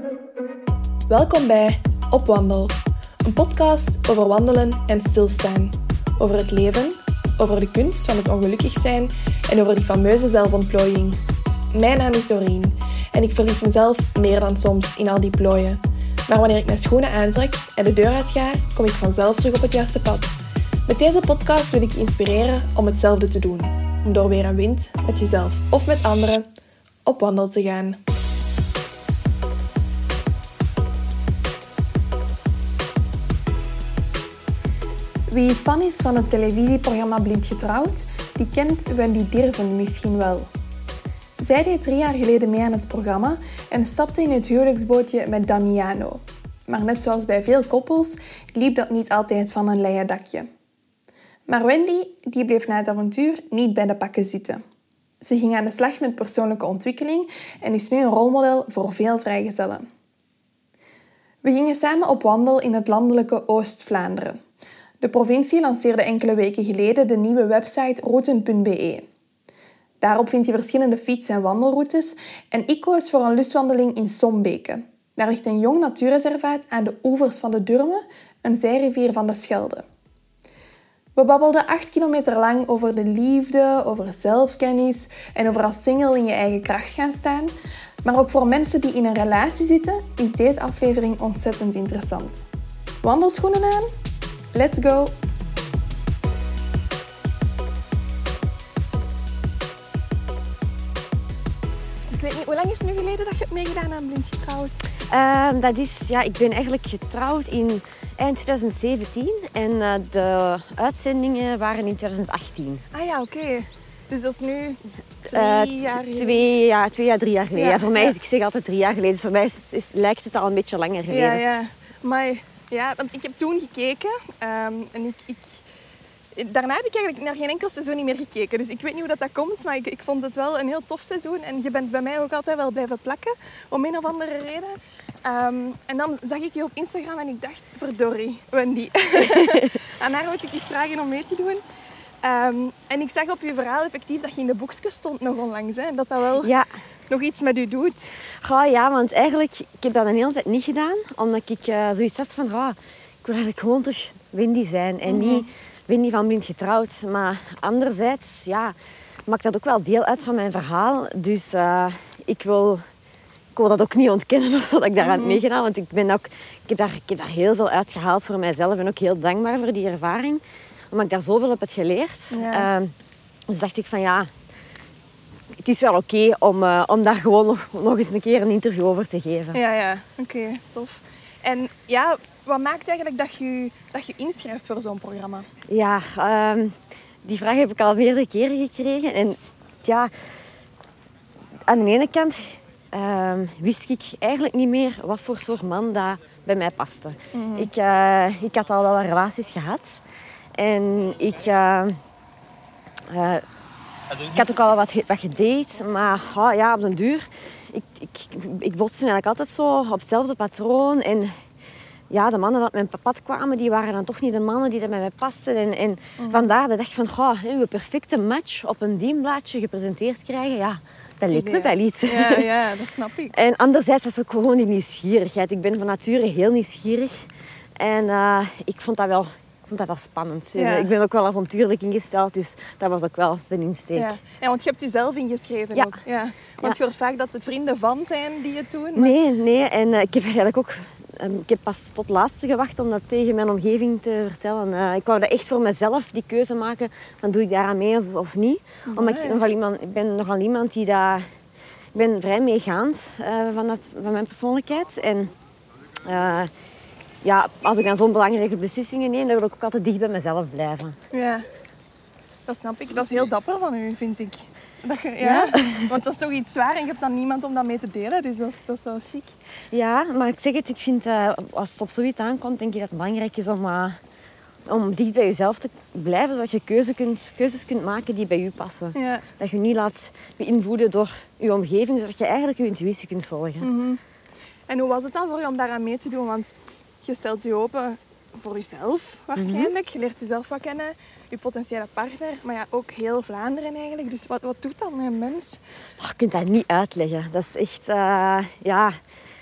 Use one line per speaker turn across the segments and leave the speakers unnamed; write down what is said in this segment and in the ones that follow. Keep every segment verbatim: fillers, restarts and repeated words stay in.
Welkom bij Op Wandel, een podcast over wandelen en stilstaan. Over het leven, over de kunst van het ongelukkig zijn en over die fameuze zelfontplooiing. Mijn naam is Doreen en ik verlies mezelf meer dan soms in al die plooien. Maar wanneer ik mijn schoenen aantrek en de deur uitga, kom ik vanzelf terug op het juiste pad. Met deze podcast wil ik je inspireren om hetzelfde te doen. Om door weer een wind, met jezelf of met anderen, op wandel te gaan. Wie fan is van het televisieprogramma Blind Getrouwd, die kent Wendy Dirven misschien wel. Zij deed drie jaar geleden mee aan het programma en stapte in het huwelijksbootje met Damiano. Maar net zoals bij veel koppels liep dat niet altijd van een leien dakje. Maar Wendy die bleef na het avontuur niet bij de pakken zitten. Ze ging aan de slag met persoonlijke ontwikkeling en is nu een rolmodel voor veel vrijgezellen. We gingen samen op wandel in het landelijke Oost-Vlaanderen. De provincie lanceerde enkele weken geleden de nieuwe website routen punt b e. Daarop vind je verschillende fiets- en wandelroutes en ik koos voor een lustwandeling in Sombeke. Daar ligt een jong natuurreservaat aan de oevers van de Durme, een zijrivier van de Schelde. We babbelden acht kilometer lang over de liefde, over zelfkennis en over als single in je eigen kracht gaan staan. Maar ook voor mensen die in een relatie zitten, is deze aflevering ontzettend interessant. Wandelschoenen aan? Let's go! Ik weet niet, hoe lang is het nu geleden dat je hebt meegedaan aan Blind Getrouwd?
Uh, dat is, ja, ik ben eigenlijk getrouwd in eind twintig zeventien en uh, de uitzendingen waren in twintig achttien.
Ah ja, oké. Okay. Dus dat is nu twee
uh,
jaar geleden?
Twee, ja, twee jaar, drie jaar geleden. Ja, ja, voor mij,
ja.
ik zeg altijd drie jaar geleden, dus voor mij is, is, lijkt het al een beetje langer geleden.
Ja, ja. Maar, ja, want ik heb toen gekeken um, en ik... ik Daarna heb ik eigenlijk naar geen enkel seizoen niet meer gekeken. Dus ik weet niet hoe dat, dat komt, maar ik, ik vond het wel een heel tof seizoen. En je bent bij mij ook altijd wel blijven plakken, om een of andere reden. Um, en dan zag ik je op Instagram en ik dacht, verdorie, Wendy. Aan haar moet ik eens vragen om mee te doen. Um, en ik zag op je verhaal effectief dat je in de boekjes stond nog onlangs. Hè? En dat dat wel
ja.
nog iets met u doet.
Goh, ja, want eigenlijk, ik heb dat een hele tijd niet gedaan. Omdat ik uh, zoiets had van, oh, ik wil eigenlijk gewoon toch Wendy zijn. En
mm-hmm.
niet Wendy van Blind Getrouwd. Maar anderzijds, ja, maakt dat ook wel deel uit van mijn verhaal. Dus uh, ik wil... Ik wil dat ook niet ontkennen of zo, dat ik daar aan het meegedaan. Want ik, ben ook, ik, heb daar, ik heb daar heel veel uit gehaald voor mijzelf. En ook heel dankbaar voor die ervaring. Omdat ik daar zoveel op heb geleerd.
Ja.
Uh, dus dacht ik van ja... Het is wel oké okay om, uh, om daar gewoon nog, nog eens een keer een interview over te geven.
Ja, ja. Oké. Okay, tof. En ja, wat maakt eigenlijk dat je dat je inschrijft voor zo'n programma?
Ja, uh, die vraag heb ik al meerdere keren gekregen. En ja... Aan de ene kant... Uh, wist ik eigenlijk niet meer wat voor soort man dat bij mij paste. Mm-hmm. Ik, uh, ik had al wel wat relaties gehad. En ik, uh, uh, ik had ook al wat, wat gedate. Maar oh, ja, op den duur... Ik, ik, ik botste eigenlijk altijd zo op hetzelfde patroon. En ja, de mannen die op mijn pad kwamen, die waren dan toch niet de mannen die bij mij pasten. En, en mm-hmm. vandaar dat ik dacht van... Oh, uw perfecte match op een dienblaadje gepresenteerd krijgen... Ja, dat leek me wel iets.
Ja, ja, dat snap ik.
En anderzijds was ook gewoon die nieuwsgierigheid. Ik ben van nature heel nieuwsgierig. En uh, ik vond dat wel, ik vond dat wel spannend. Ja. Ik ben ook wel avontuurlijk ingesteld, dus dat was ook wel de insteek.
Ja, ja, want je hebt jezelf ingeschreven
ja.
ook. Ja. Want
ja.
je hoort vaak dat het vrienden van zijn die het doen. Maar...
Nee, nee. En uh, ik heb eigenlijk ook... Um, ik heb pas tot het laatste gewacht om dat tegen mijn omgeving te vertellen. Uh, ik wou dat echt voor mezelf, die keuze maken. Dan doe ik daaraan mee of, of niet.
Oh,
Omdat
ja.
ik, nogal iemand, ik ben nogal iemand die dat... Ik ben vrij meegaand uh, van, dat, van mijn persoonlijkheid. En uh, ja, als ik dan zo'n belangrijke beslissingen neem, dan wil ik ook altijd dicht bij mezelf blijven.
Ja, dat snap ik. Dat is heel dapper van u, vind ik. Dat je, ja.
Ja?
Want dat is toch iets zwaar en je hebt dan niemand om dat mee te delen. Dus dat is, dat is wel chic.
Ja, maar ik zeg het, ik vind, uh, als het op zoiets aankomt, denk ik dat het belangrijk is om, uh, om dicht bij jezelf te blijven, zodat je keuze kunt, keuzes kunt maken die bij je passen.
Ja.
Dat je niet laat beïnvloeden door je omgeving, zodat je eigenlijk je intuïtie kunt volgen.
Mm-hmm. En hoe was het dan voor je om daaraan mee te doen? Want je stelt je open voor jezelf waarschijnlijk. Mm-hmm. Je leert jezelf wat kennen, je potentiële partner, maar ja, ook heel Vlaanderen eigenlijk. Dus wat, wat doet dat met een mens?
Oh, je kunt dat niet uitleggen. Dat is echt, uh, ja...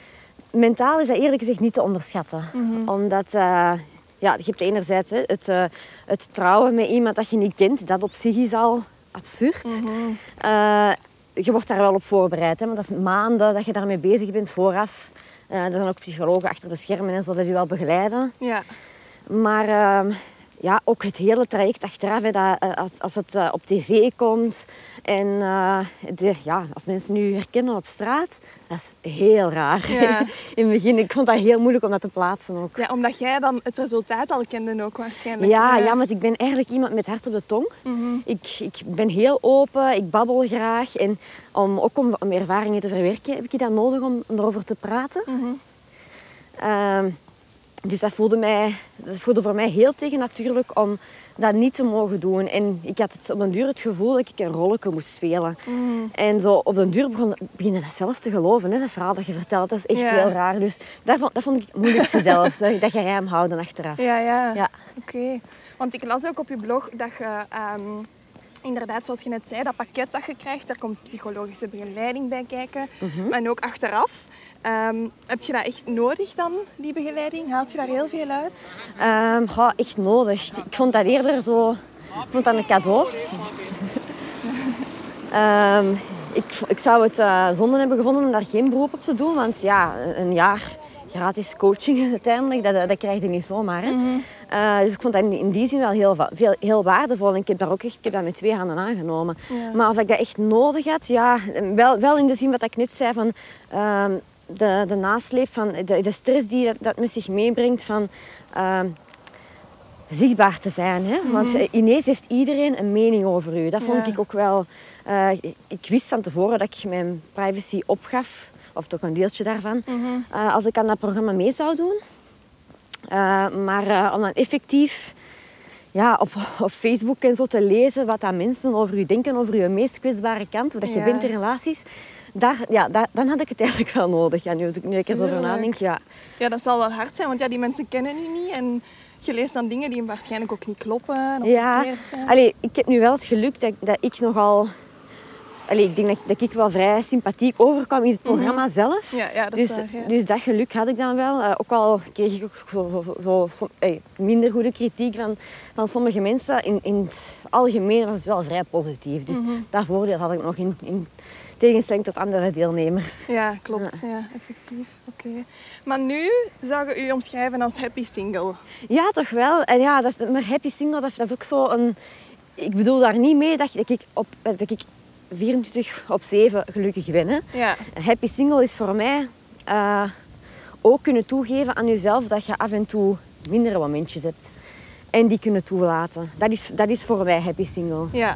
mentaal is dat eerlijk gezegd niet te onderschatten. Mm-hmm. Omdat uh, ja, je hebt enerzijds hè, het, uh, het trouwen met iemand dat je niet kent. Dat op zich is al absurd. Mm-hmm. Uh, je wordt daar wel op voorbereid. Hè, want dat is maanden dat je daarmee bezig bent vooraf. Uh, er zijn ook psychologen achter de schermen en zo dat je wel begeleiden.
Ja.
Maar uh, ja, ook het hele traject achteraf, hè, dat, uh, als, als het uh, op tv komt en uh, de, ja, als mensen nu herkennen op straat, dat is heel raar.
Ja.
In het begin, ik vond dat heel moeilijk om dat te plaatsen ook.
Ja, omdat jij dan het resultaat al kende ook waarschijnlijk.
Ja, ja, want ik ben eigenlijk iemand met hart op de tong. Mm-hmm. Ik, ik ben heel open, ik babbel graag. En om, ook om, om ervaringen te verwerken heb ik dat nodig om, om erover te praten. Mm-hmm. Uh, Dus dat voelde, mij, dat voelde voor mij heel tegennatuurlijk om dat niet te mogen doen. En ik had het, op den duur het gevoel dat ik een rolletje moest spelen. Mm. En zo op den duur begon, begin je dat zelf te geloven. Hè? Dat verhaal dat je vertelt, dat is echt ja. heel raar. Dus dat vond, dat vond ik het moeilijkste zelfs. Hè? Dat geheim houden achteraf.
Ja, ja. ja. Oké. Okay. Want ik las ook op je blog dat je... Um... Inderdaad, zoals je net zei, dat pakket dat je krijgt, daar komt psychologische begeleiding bij kijken. Mm-hmm. En ook achteraf. Um, heb je dat echt nodig dan, die begeleiding? Haalt je daar heel veel uit?
Um, ja, echt nodig. Ik vond dat eerder zo... Ik vond dat een cadeau. um, ik, ik zou het uh, zonde hebben gevonden om daar geen beroep op te doen. Want ja, een jaar gratis coaching uiteindelijk, dat, dat krijg je niet zomaar. Hè? Mm-hmm. Uh, dus ik vond dat in die zin wel heel, veel, heel waardevol. En ik heb, daar ook echt, ik heb dat met twee handen aangenomen. Ja. Maar of ik dat echt nodig had, ja, wel, wel in de zin wat ik net zei van uh, de, de nasleep, van de, de stress die dat, dat met zich meebrengt van uh, zichtbaar te zijn. Hè? Mm-hmm. Want ineens heeft iedereen een mening over u. Dat vond ja. ik ook wel... Uh, ik wist van tevoren dat ik mijn privacy opgaf. Of toch een deeltje daarvan. Mm-hmm. Uh, als ik aan dat programma mee zou doen. Uh, maar uh, om dan effectief ja, op, op Facebook en zo te lezen wat dat mensen over u denken, over uw meest kwetsbare kant, hoe dat je ja. bent in relaties, daar, ja, daar, dan had ik het eigenlijk wel nodig. Ja, nu als ik nu eens over nadenk, ja.
Ja, dat zal wel hard zijn, want ja, die mensen kennen u niet en je leest dan dingen die waarschijnlijk ook niet kloppen of
ja.
verkeerd zijn.
Allee, ik heb nu wel het geluk dat, dat ik nogal... Allee, ik denk dat, dat ik wel vrij sympathiek overkwam in het programma mm-hmm. zelf.
Ja, ja, dat
dus,
is waar, ja.
dus dat geluk had ik dan wel. Uh, ook al kreeg ik ook zo, zo, zo, zo, hey, minder goede kritiek van, van sommige mensen. In, in het algemeen was het wel vrij positief. Dus mm-hmm. dat voordeel had ik nog in, in tegenstelling tot andere deelnemers.
Ja, klopt. Ja. Ja, effectief. Oké. Okay. Maar nu zou je u omschrijven als happy single.
Ja, toch wel. En ja, dat is, maar happy single, dat, dat is ook zo een... Ik bedoel daar niet mee dat, dat ik... Op, dat ik vierentwintig op zeven gelukkig ben. Hè.
Ja.
Happy single is voor mij uh, ook kunnen toegeven aan jezelf dat je af en toe mindere momentjes hebt. En die kunnen toelaten. Dat is, dat is voor mij happy single.
Ja.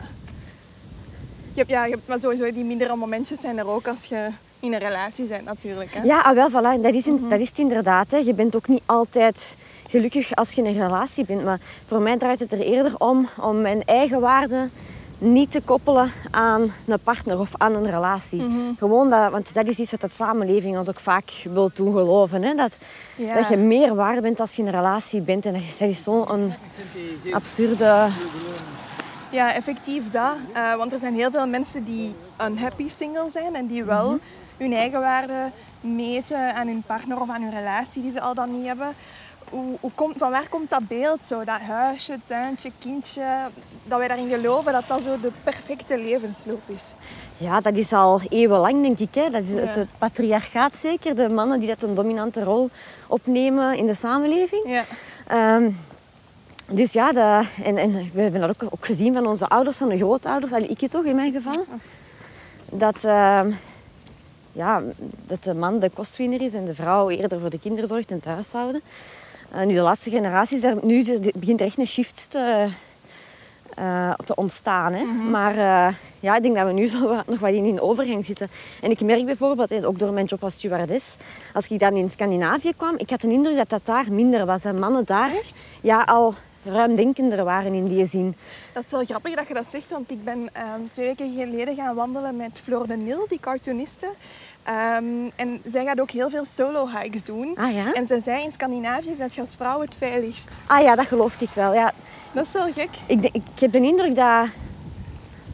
Je hebt, ja, je hebt, maar sowieso die mindere momentjes zijn er ook als je in een relatie bent natuurlijk. Hè.
Ja, ah, wel, voilà. Dat is, mm-hmm. dat is het inderdaad. Hè. Je bent ook niet altijd gelukkig als je in een relatie bent. Maar voor mij draait het er eerder om, om mijn eigen waarde niet te koppelen aan een partner of aan een relatie. Mm-hmm. Gewoon dat, want dat is iets wat de samenleving ons ook vaak wil doen geloven. Hè? Dat, ja. dat je meer waard bent als je in een relatie bent. En dat is, dat is zo'n absurde...
Ja, effectief dat. Uh, want er zijn heel veel mensen die unhappy single zijn en die wel mm-hmm. hun eigen waarde meten aan hun partner of aan hun relatie die ze al dan niet hebben. Hoe, hoe komt, van waar komt dat beeld zo? Dat huisje, tuintje, kindje, dat wij daarin geloven dat dat zo de perfecte levensloop is?
Ja, dat is al eeuwenlang, denk ik. Hè. Dat is ja. het, het patriarchaat zeker. De mannen die dat een dominante rol opnemen in de samenleving. Ja. Um, dus ja, de, en, en we hebben dat ook, ook gezien van onze ouders, van de grootouders. Allee, ik toch, in mijn geval. Dat... Uh, ja, dat de man de kostwinner is en de vrouw eerder voor de kinderen zorgt en het huishouden. Uh, nu de laatste generaties, er, nu begint er echt een shift te, uh, te ontstaan. Hè. Mm-hmm. Maar uh, ja, ik denk dat we nu zo wat, nog wat in een overgang zitten. En ik merk bijvoorbeeld, hè, ook door mijn job als stewardess, als ik dan in Scandinavië kwam, ik had de indruk dat dat daar minder was. En mannen daar echt? Ja, al ruimdenkender waren in die zin.
Dat is wel grappig dat je dat zegt, want ik ben um, twee weken geleden gaan wandelen met Floor de Nil, die cartooniste. Um, en zij gaat ook heel veel solo-hikes doen.
Ah, ja?
En zij zei, in Scandinavië zet je als vrouw het veiligst.
Ah ja, dat geloof ik wel. Ja.
Dat is wel gek.
Ik, ik heb de indruk dat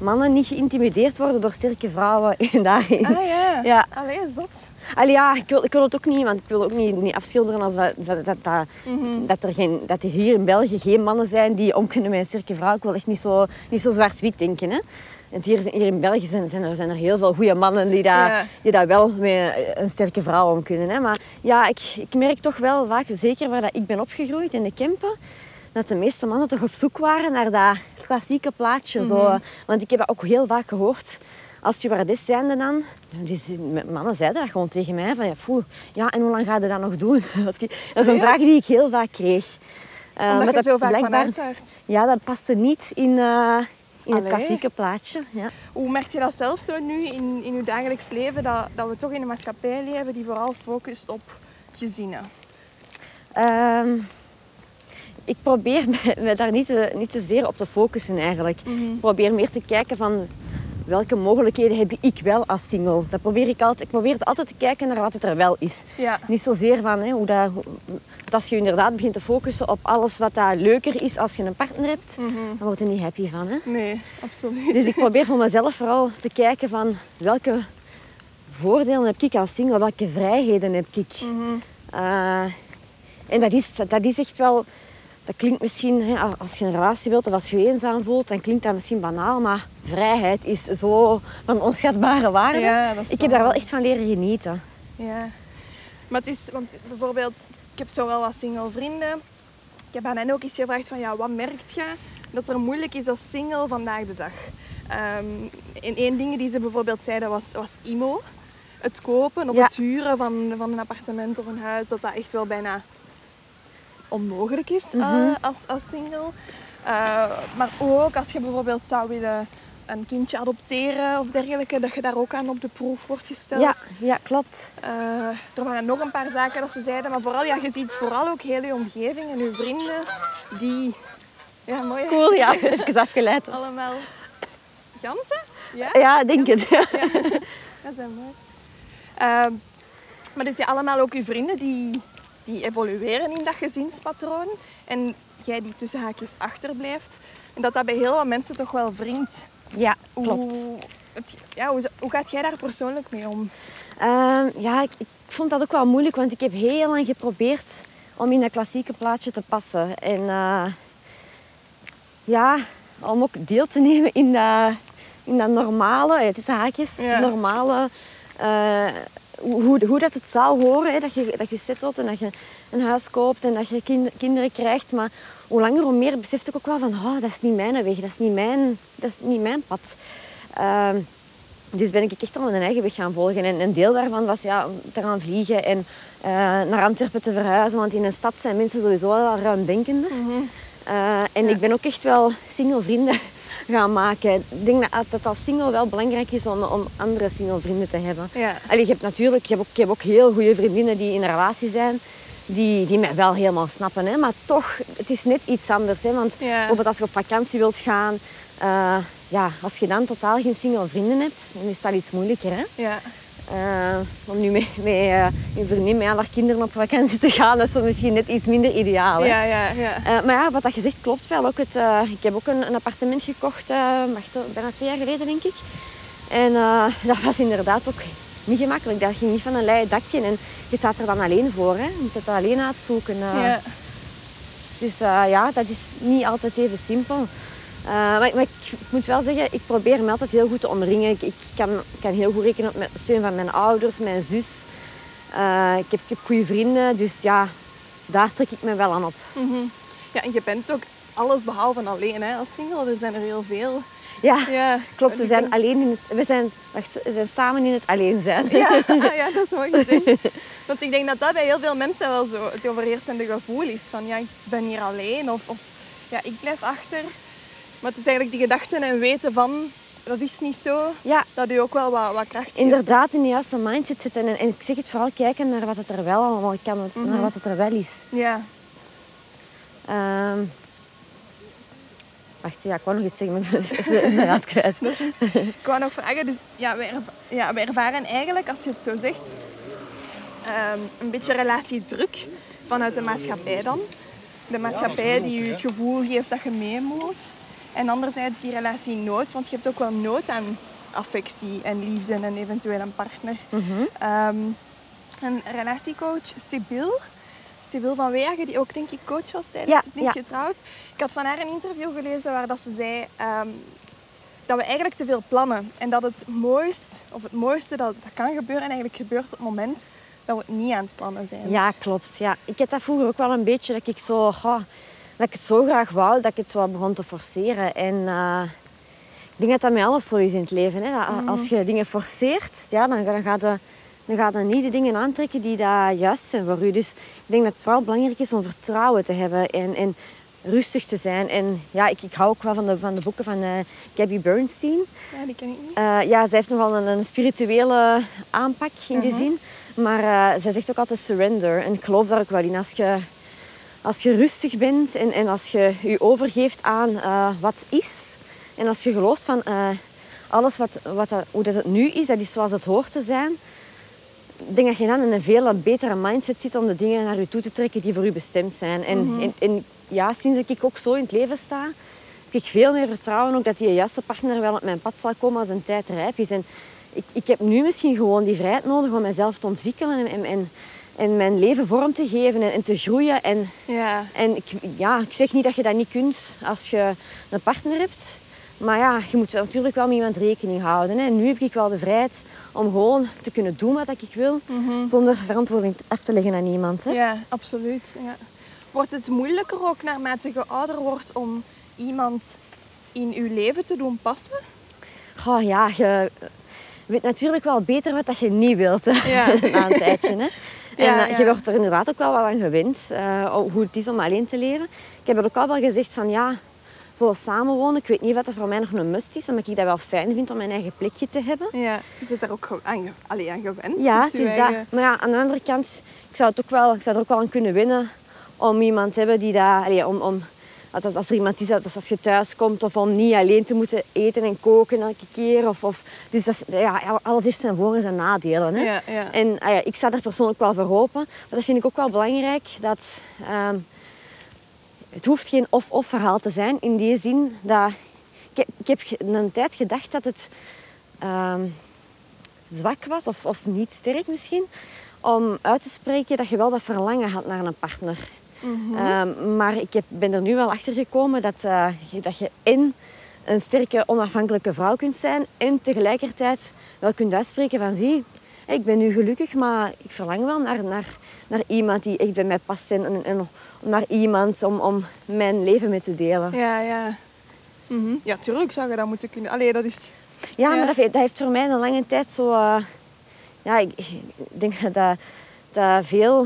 mannen niet geïntimideerd worden door sterke vrouwen. Daarin.
Ah ja,
ja.
Allee, is dat?
Allee, ja, ik wil, ik wil het ook niet, want ik wil ook niet, niet afschilderen als dat, dat, dat, dat,
Mm-hmm.
dat, er geen, dat er hier in België geen mannen zijn die om kunnen met een sterke vrouw. Ik wil echt niet zo, niet zo zwart-wit denken. Hè. En hier, hier in België zijn, zijn, er, zijn er heel veel goede mannen die dat,
Ja.
die dat wel met een sterke vrouw om kunnen. Hè. Maar ja, ik, ik merk toch wel vaak, zeker waar dat ik ben opgegroeid in de Kempen, dat de meeste mannen toch op zoek waren naar dat klassieke plaatje.
Mm-hmm.
Zo. Want ik heb dat ook heel vaak gehoord. Als stewardess zijnde dan, die mannen zeiden dat gewoon tegen mij. Van, ja, foe, ja, en hoe lang ga je dat nog doen? Dat is een vraag die ik heel vaak kreeg. Uh,
Omdat
maar
je
dat
zo vaak
blijkbaar,
van uitzaagt.
Ja, dat paste niet in, uh, in het
Allee.
klassieke plaatje. Ja.
Hoe merk je dat zelf zo nu in, in je dagelijks leven? Dat, dat we toch in een maatschappij leven die vooral focust op gezinnen.
Um, ik probeer me, me daar niet te, niet te zeer op te focussen eigenlijk.
Mm-hmm.
Ik probeer meer te kijken van welke mogelijkheden heb ik wel als single. Dat probeer ik, altijd, ik probeer altijd te kijken naar wat het er wel is.
Ja.
Niet zozeer van hè, hoe dat, hoe, als je inderdaad begint te focussen op alles wat dat leuker is als je een partner hebt,
Mm-hmm.
dan word je niet happy van. Hè?
Nee, absoluut.
Dus ik probeer voor mezelf vooral te kijken van welke voordelen heb ik als single, welke vrijheden heb ik.
Mm-hmm.
Uh, en dat is, dat is echt wel... Dat klinkt misschien, hè, als je een relatie wilt of als je je eenzaam voelt, dan klinkt dat misschien banaal, maar vrijheid is zo van onschatbare waarde.
Ja, dat is
ik heb
zo.
daar wel echt van leren genieten.
Ja. Maar het is, want bijvoorbeeld, ik heb zo wel wat single vrienden. Ik heb aan hen ook eens gevraagd van, ja, wat merkt je dat er moeilijk is als single vandaag de dag? Um, en één ding die ze bijvoorbeeld zeiden was, was I M O. Het kopen of
Ja.
het huren van, van een appartement of een huis, dat dat echt wel bijna onmogelijk is uh,
Mhm.
als, als single. Uh, maar ook als je bijvoorbeeld zou willen een kindje adopteren of dergelijke, dat je daar ook aan op de proef wordt gesteld.
Ja, ja, klopt.
Uh, er waren nog een paar zaken dat ze zeiden, maar vooral, ja, je ziet vooral ook heel je omgeving en je vrienden die... Ja, mooi.
Cool, ja. Even afgeleid.
Allemaal ganzen? Ja?
Ja, denk het. Ja.
Ja, dat zijn mooi. Uh, maar dus ja, allemaal ook je vrienden die, die evolueren in dat gezinspatroon. En jij die tussen haakjes achterblijft. En dat dat bij heel wat mensen toch wel wringt.
Ja, klopt.
Hoe, het, ja, hoe, hoe gaat jij daar persoonlijk mee om?
Uh, ja, ik, ik vond dat ook wel moeilijk, want ik heb heel lang geprobeerd om in dat klassieke plaatje te passen. En uh, ja, om ook deel te nemen in dat, in dat normale, ja, tussen haakjes,
Ja.
normale... Uh, hoe, hoe dat het zou horen, hè, dat je dat je settelt en dat je een huis koopt en dat je kind, kinderen krijgt. Maar hoe langer hoe meer besefte ik ook wel van, oh, dat is niet mijn weg, dat is niet mijn, dat is niet mijn pad. Uh, dus ben ik echt al mijn eigen weg gaan volgen. En een deel daarvan was ja, te gaan vliegen en uh, naar Antwerpen te verhuizen. Want in een stad zijn mensen sowieso wel ruimdenkender. Mm-hmm. Uh, en ja. ik ben ook echt wel single vrienden gaan maken. Ik denk dat het als single wel belangrijk is om, om andere single vrienden te hebben.
Ja.
Allee, je hebt natuurlijk, ik heb, ook, ik heb ook heel goede vriendinnen die in een relatie zijn. Die, die mij wel helemaal snappen. Hè. Maar toch, het is net iets anders. Hè. Want
Ja.
bijvoorbeeld als je op vakantie wilt gaan... Uh, ja, als je dan totaal geen single vrienden hebt, dan is dat iets moeilijker. Hè?
Ja.
Uh, om nu met, met uh, je vriendin met haar kinderen op vakantie te gaan, dat is dan misschien net iets minder ideaal. Hè?
Ja, ja, ja.
Uh, maar ja, wat dat je zegt klopt wel. Ook het, uh, ik heb ook een, een appartement gekocht, uh, wacht, bijna twee jaar geleden denk ik. En uh, dat was inderdaad ook niet gemakkelijk. Dat ging niet van een leien dakje en je staat er dan alleen voor. Hè? Je moet het alleen uitzoeken. Uh.
Ja.
Dus uh, ja, dat is niet altijd even simpel. Uh, maar, maar ik, ik moet wel zeggen, ik probeer me altijd heel goed te omringen. Ik, ik kan, kan heel goed rekenen op de steun van mijn ouders, mijn zus. Uh, ik, heb, ik heb goede vrienden, dus ja, daar trek ik me wel aan op.
Mm-hmm. Ja, en je bent ook alles behalve alleen hè, als single. Er zijn er heel veel.
Ja,
ja.
klopt. We zijn, alleen in het, we, zijn, we zijn samen in het alleen zijn.
Ja, ja, dat is mooi gezegd. Want ik denk dat dat bij heel veel mensen wel zo het overheersende gevoel is. Van ja, ik ben hier alleen of, of ja, ik blijf achter. Maar het is eigenlijk die gedachten en weten van, dat is niet zo,
ja.
dat u ook wel wat, wat kracht geeft.
Inderdaad, in de juiste mindset zitten. En, en ik zeg het vooral kijken naar wat het er wel allemaal kan, mm-hmm. naar wat het er wel is.
Ja.
Um, wacht, ja, ik wou nog iets zeggen, maar ik ben de raad kwijt.
Ik wou nog vragen, dus ja, wij, erva- ja, wij ervaren eigenlijk, als je het zo zegt, um, een beetje relatiedruk vanuit de maatschappij dan. De maatschappij die je het gevoel geeft dat je mee moet. En anderzijds die relatie nood, want je hebt ook wel nood aan affectie en liefde en eventueel een partner.
Mm-hmm.
Um, een relatiecoach, Sibyl, Sibyl van Weagen, die ook denk ik coach was tijdens
Ja,
Blind
ja.
Getrouwd. Ik had van haar een interview gelezen waar dat ze zei um, dat we eigenlijk te veel plannen. En dat het mooiste, of het mooiste dat, dat kan gebeuren, en eigenlijk gebeurt op het moment dat we het niet aan het plannen zijn.
Ja, klopt. Ja. Ik had dat vroeger ook wel een beetje, dat ik, zo, oh, dat ik het zo graag wou, dat ik het zo begon te forceren. En uh, ik denk dat dat met alles zo is in het leven. Hè. Dat, mm. Als je dingen forceert, ja, dan, dan gaat je... Dan gaat je niet de dingen aantrekken die dat juist zijn voor je. Dus ik denk dat het vooral belangrijk is om vertrouwen te hebben en, en rustig te zijn. En ja, ik, ik hou ook wel van de, van de boeken van uh, Gabby Bernstein.
Ja, die ken ik niet.
Uh, ja, zij heeft nogal een, een spirituele aanpak in die uh-huh. zin. Maar uh, zij zegt ook altijd surrender. En ik geloof daar ook wel in. Als je, als je rustig bent en, en als je je overgeeft aan uh, wat is. En als je gelooft van uh, alles wat, wat dat, hoe dat het nu is, dat is zoals het hoort te zijn. Ik denk dat je dan in een veel betere mindset zit om de dingen naar je toe te trekken die voor je bestemd zijn. En, mm-hmm. en, en ja, sinds dat ik ook zo in het leven sta, heb ik veel meer vertrouwen ook dat die juiste partner wel op mijn pad zal komen als een tijd rijp is. En ik, ik heb nu misschien gewoon die vrijheid nodig om mezelf te ontwikkelen en, en, en, en mijn leven vorm te geven en, en te groeien. En,
ja.
en ik, ja, ik zeg niet dat je dat niet kunt als je een partner hebt. Maar ja, je moet natuurlijk wel met iemand rekening houden. Hè. Nu heb ik wel de vrijheid om gewoon te kunnen doen wat ik wil. Mm-hmm. Zonder verantwoording af te leggen aan iemand. Hè.
Ja, absoluut. Ja. Wordt het moeilijker ook naarmate je ouder wordt om iemand in je leven te doen passen?
Oh ja, je weet natuurlijk wel beter wat je niet wilt.
Ja.
Na een tijdje. Hè. En
ja,
uh,
ja.
je wordt er inderdaad ook wel wat aan gewend. Uh, hoe het is om alleen te leven. Ik heb er ook al wel gezegd van ja... Zo samenwonen, ik weet niet wat dat voor mij nog een must is, omdat ik dat wel fijn vind om mijn eigen plekje te hebben.
Ja, je zit daar ook aan, ge- allee, aan gewend.
Ja, het is eigen... dat. Maar ja, aan de andere kant, ik zou, het ook wel, ik zou er ook wel aan kunnen winnen om iemand te hebben die dat... Allee, om, om, als, als er iemand is, dat als je thuis komt, of om niet alleen te moeten eten en koken elke keer. Of, of, dus dat is, ja, alles heeft zijn voor- en zijn nadelen. Hè.
Ja, ja.
En ah ja, ik sta daar persoonlijk wel voor open. Maar dat vind ik ook wel belangrijk, dat... Um, Het hoeft geen of-of verhaal te zijn, in die zin dat... Ik heb, ik heb een tijd gedacht dat het um, zwak was, of, of niet sterk misschien, om uit te spreken dat je wel dat verlangen had naar een partner. Mm-hmm. Um, maar ik heb, ben er nu wel achter gekomen dat, uh, dat je en een sterke, onafhankelijke vrouw kunt zijn en tegelijkertijd wel kunt uitspreken van zie... Ik ben nu gelukkig, maar ik verlang wel naar, naar, naar iemand die echt bij mij past. En, en, en naar iemand om, om mijn leven mee te delen.
Ja, ja. Mm-hmm. Ja, tuurlijk zou je dat moeten kunnen. Allee, dat is...
Ja,
ja.
maar dat, dat heeft voor mij een lange tijd zo... Uh, ja, ik, ik denk dat, dat veel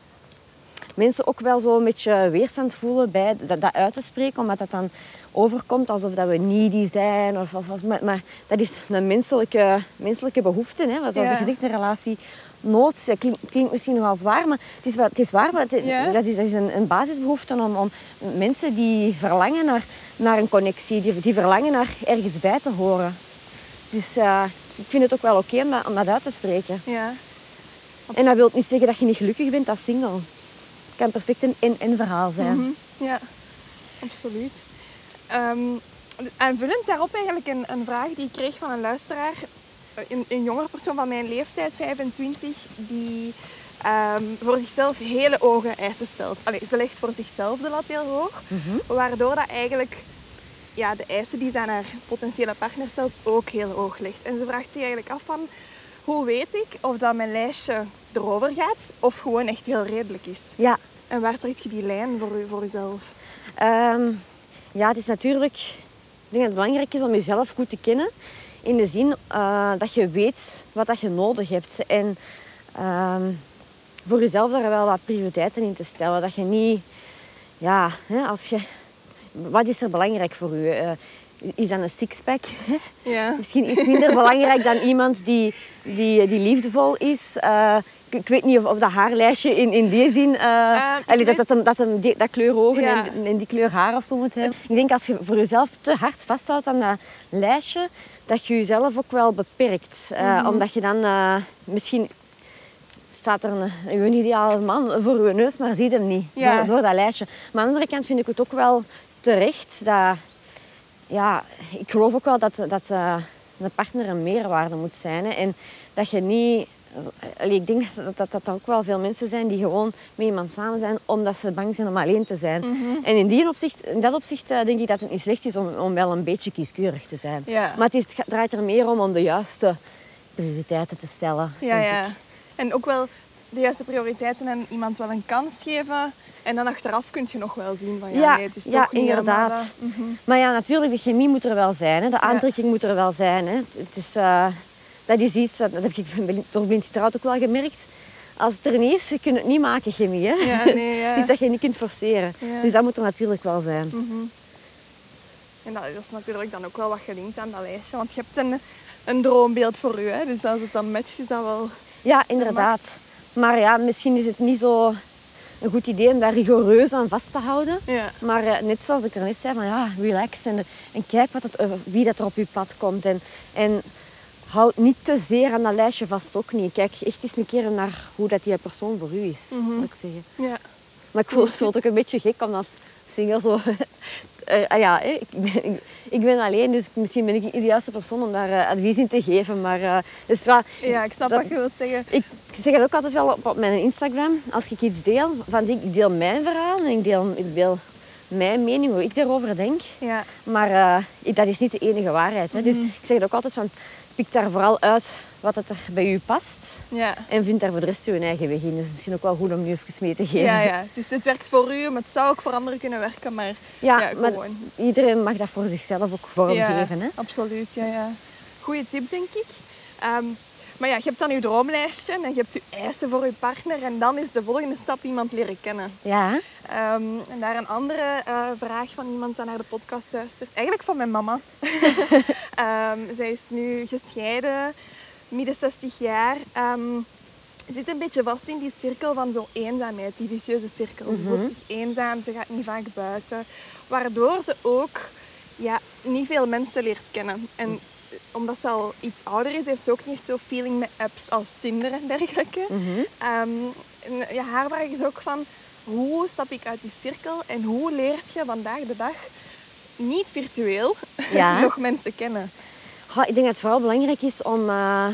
mensen ook wel zo een beetje weerstand voelen bij dat, dat uit te spreken. Omdat dat dan overkomt alsof dat we needy zijn. Of, of, of, maar, maar dat is een menselijke, menselijke behoefte. Hè? Zoals ja. gezegd, een relatie nood. Dat klinkt, klinkt misschien nogal zwaar, maar het is, het is waar. Maar het, ja. dat, is, dat is een, een basisbehoefte om, om mensen die verlangen naar, naar een connectie. Die, die verlangen naar ergens bij te horen. Dus uh, ik vind het ook wel oké okay om, dat, om dat uit te spreken.
Ja.
En dat wil niet zeggen dat je niet gelukkig bent als single. Het kan perfect een en-en verhaal zijn.
Mm-hmm. Ja, absoluut. Um, aanvullend daarop eigenlijk een, een vraag die ik kreeg van een luisteraar. Een, een jongere persoon van mijn leeftijd, vijfentwintig, die um, voor zichzelf hele hoge eisen stelt. Allee, ze legt voor zichzelf de lat heel hoog. Mm-hmm. Waardoor dat eigenlijk ja, de eisen die ze aan haar potentiële partner stelt ook heel hoog legt. En ze vraagt zich eigenlijk af van... Hoe weet ik of dat mijn lijstje erover gaat of gewoon echt heel redelijk is?
Ja.
En waar trekt je die lijn voor, u, voor jezelf?
Um, ja, het is natuurlijk... Ik denk dat het belangrijk is om jezelf goed te kennen. In de zin uh, dat je weet wat dat je nodig hebt. En um, voor jezelf daar wel wat prioriteiten in te stellen. Dat je niet... Ja, hè, als je... Wat is er belangrijk voor u? Uh, Is dat een sixpack?
Ja.
Misschien iets minder belangrijk dan iemand die, die, die liefdevol is. Uh, ik, ik weet niet of, of dat haarlijstje in, in die zin... Uh, uh, allee, dat, dat, hem, dat hem die, dat kleur ogen ja. en, en die kleur haar of zo moet hebben. Ik denk als je voor jezelf te hard vasthoudt aan dat lijstje, dat je jezelf ook wel beperkt. Uh, mm-hmm. Omdat je dan uh, misschien... staat er een, een ideale man voor je neus, maar ziet hem niet. Ja. Door, door dat lijstje. Maar aan de andere kant vind ik het ook wel terecht dat... ja, ik geloof ook wel dat, dat uh, een partner een meerwaarde moet zijn. Hè. En dat je niet... Allee, ik denk dat, dat, dat er ook wel veel mensen zijn die gewoon met iemand samen zijn omdat ze bang zijn om alleen te zijn. Mm-hmm. En in, die opzicht, in dat opzicht uh, denk ik dat het niet slecht is om, om wel een beetje kieskeurig te zijn. Ja. Maar het, is, het draait er meer om om de juiste prioriteiten te stellen.
Ja,
denk
ja.
ik.
En ook wel de juiste prioriteiten en iemand wel een kans geven. En dan achteraf kun je nog wel zien van ja,
ja
nee, het is toch
ja,
niet
inderdaad.
helemaal dat. Mm-hmm.
Maar ja, natuurlijk, de chemie moet er wel zijn. Hè. De aantrekking ja. moet er wel zijn. Hè. Het is... Uh, Dat is iets, dat heb ik door Blind Getrouwd ook wel gemerkt. Als het er niet is, kun je het niet maken, chemie. Hè?
Ja, nee, ja.
Iets dat je niet kunt forceren. Ja. Dus dat moet er natuurlijk wel zijn.
Mm-hmm. En dat is natuurlijk dan ook wel wat gelinkt aan dat lijstje. Want je hebt een, een droombeeld voor u. Hè? Dus als het dan matcht, is dat wel...
Ja, inderdaad. Maar ja, misschien is het niet zo een goed idee om daar rigoureus aan vast te houden. Ja. Maar uh, net zoals ik er net zei, van, ja, relax en, en kijk wat het, uh, wie dat er op je pad komt. En, en houd niet te zeer aan dat lijstje vast, ook niet. Kijk echt eens een keer naar hoe dat die persoon voor u is, mm-hmm. zou ik zeggen. Ja. Maar ik voel het ook een beetje gek om als single zo... uh, ja, ik ben, ik, ik ben alleen, dus misschien ben ik niet de juiste persoon om daar uh, advies in te geven. Maar, uh, dus wel,
ja, ik snap dat, wat je wilt zeggen.
Ik zeg het ook altijd wel op, op mijn Instagram. Als ik iets deel, van ik deel mijn verhaal en ik deel, ik deel mijn mening, hoe ik daarover denk. Ja. Maar uh, dat is niet de enige waarheid. Hè. Mm-hmm. Dus ik zeg het ook altijd van... Pik daar vooral uit wat het er bij u past. Ja. En vind daar voor de rest uw eigen weg in. Dus het is misschien ook wel goed om nu even mee te geven.
Ja, ja. Het, is, het werkt voor u, maar het zou ook voor anderen kunnen werken. Maar,
ja,
ja
maar iedereen mag dat voor zichzelf ook vormgeven.
Ja,
hè?
Absoluut. Ja, ja. Goeie tip, denk ik. Um, maar ja, je hebt dan je droomlijstje en je hebt je eisen voor je partner. En dan is de volgende stap iemand leren kennen.
Ja.
Um, en daar een andere uh, vraag van iemand die naar de podcast luistert. Eigenlijk van mijn mama. um, zij is nu gescheiden, midden zestig jaar. Um, zit een beetje vast in die cirkel van zo eenzaamheid, die vicieuze cirkel. Mm-hmm. Ze voelt zich eenzaam, ze gaat niet vaak buiten. Waardoor ze ook ja, niet veel mensen leert kennen. En omdat ze al iets ouder is, heeft ze ook niet zo feeling met apps als Tinder en dergelijke. Mm-hmm. Um, en, ja, haar vraag is ook van, hoe stap ik uit die cirkel en hoe leert je vandaag de dag niet virtueel ja. nog mensen kennen?
Oh, ik denk dat het vooral belangrijk is om uh,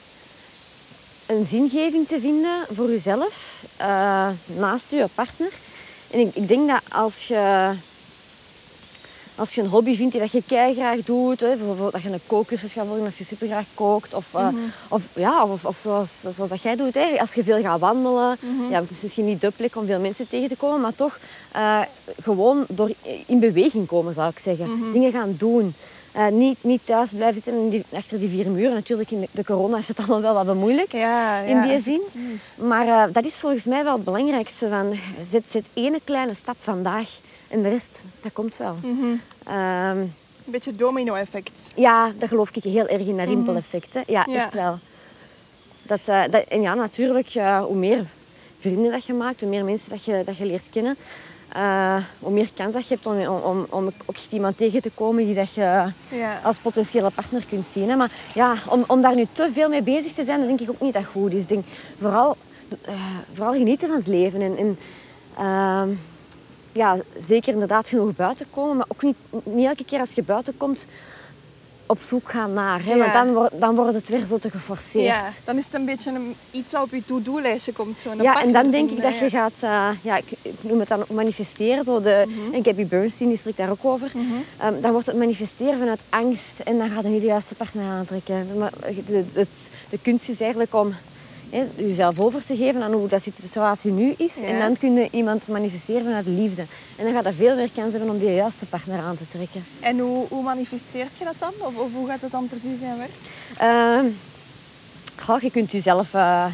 een zingeving te vinden voor jezelf, uh, naast je partner. En ik, ik denk dat als je... Als je een hobby vindt die dat je keigraag doet, hè, bijvoorbeeld dat je een kookcursus gaat volgen als je supergraag kookt, of, uh, mm-hmm. of, ja, of, of zoals, zoals dat jij doet, hè, als je veel gaat wandelen, mm-hmm. ja, misschien niet de plek om veel mensen tegen te komen, maar toch uh, gewoon door in beweging komen, zou ik zeggen. Mm-hmm. Dingen gaan doen. Uh, niet, niet thuis blijven zitten in die, achter die vier muren. Natuurlijk, in de, de corona heeft het allemaal wel wat bemoeilijkt, ja, ja, in die zin. Maar uh, dat is volgens mij wel het belangrijkste. Van, zet, zet ene kleine stap vandaag en de rest, dat komt wel.
Mm-hmm. Um, een beetje domino-effect.
Ja, daar geloof ik heel erg in, dat rimpeleffect. Hè. Ja, ja, echt wel. Dat, uh, dat, en ja, natuurlijk, uh, hoe meer vrienden dat je maakt, hoe meer mensen dat je, dat je leert kennen, Uh, hoe meer kans dat je hebt om, om, om ook echt iemand tegen te komen die dat je ja. als potentiële partner kunt zien. Hè. Maar ja, om, om daar nu te veel mee bezig te zijn, dan denk ik ook niet dat goed is. Ik denk vooral, uh, vooral genieten van het leven. En, en uh, ja, zeker inderdaad genoeg buiten komen, maar ook niet, niet elke keer als je buiten komt op zoek gaan naar. Hè? Ja. Want dan, word, dan wordt het weer zo te geforceerd. Ja,
dan is het een beetje een, iets wat op je to-do-lijstje komt. Zo
ja, en dan denk ik dat je gaat... Uh, ja, ik, ik noem het dan manifesteren. Zo de, mm-hmm. En Gabby Bernstein die spreekt daar ook over. Mm-hmm. Um, dan wordt het manifesteren vanuit angst. En dan gaat je niet de juiste partner aantrekken. Maar de, de, de, de kunst is eigenlijk om he, jezelf over te geven aan hoe dat de situatie nu is. Ja. En dan kun je iemand manifesteren vanuit liefde. En dan gaat je veel meer kans hebben om die juiste partner aan te trekken.
En hoe, hoe manifesteert je dat dan? Of, of hoe gaat het dan precies in werk?
Uh, oh, je kunt jezelf... Uh,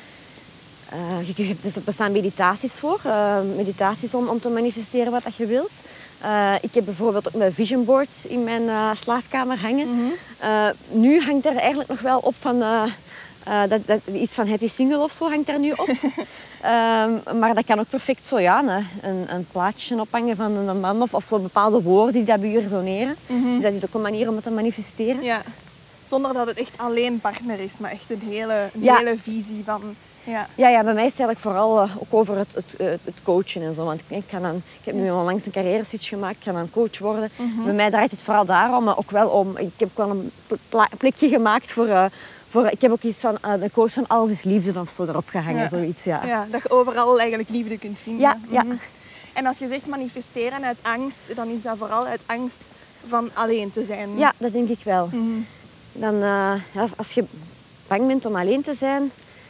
uh, je, er bestaan meditaties voor. Uh, meditaties om, om te manifesteren wat dat je wilt. Uh, ik heb bijvoorbeeld ook mijn vision board in mijn uh, slaapkamer hangen. Mm-hmm. Uh, nu hangt er eigenlijk nog wel op van... Uh, Uh, dat, dat, iets van happy single of zo hangt daar nu op. um, maar dat kan ook perfect zo, ja, een, een plaatje ophangen van een man of, of zo bepaalde woorden die dat bij je resoneren. Mm-hmm. Dus dat is ook een manier om het te manifesteren.
Ja. Zonder dat het echt alleen partner is, maar echt een hele, een ja. hele visie van Ja.
Ja, ja, bij mij is het eigenlijk vooral uh, ook over het, het, uh, het coachen en zo. Want ik, ga dan, ik heb nu onlangs een carrière switch gemaakt, ik ga dan coach worden. Mm-hmm. Bij mij draait het vooral daarom, maar ook wel om... Ik heb ook wel een pla- plekje gemaakt voor... Uh, voor ik heb ook iets van uh, een coach van alles is liefde of zo erop gehangen, ja. zoiets. Ja.
Ja, dat je overal eigenlijk liefde kunt vinden.
Ja, ja.
Mm-hmm. En als je zegt manifesteren uit angst, dan is dat vooral uit angst van alleen te zijn.
Ja, dat denk ik wel.
Mm-hmm.
Dan, uh, ja, als je bang bent om alleen te zijn...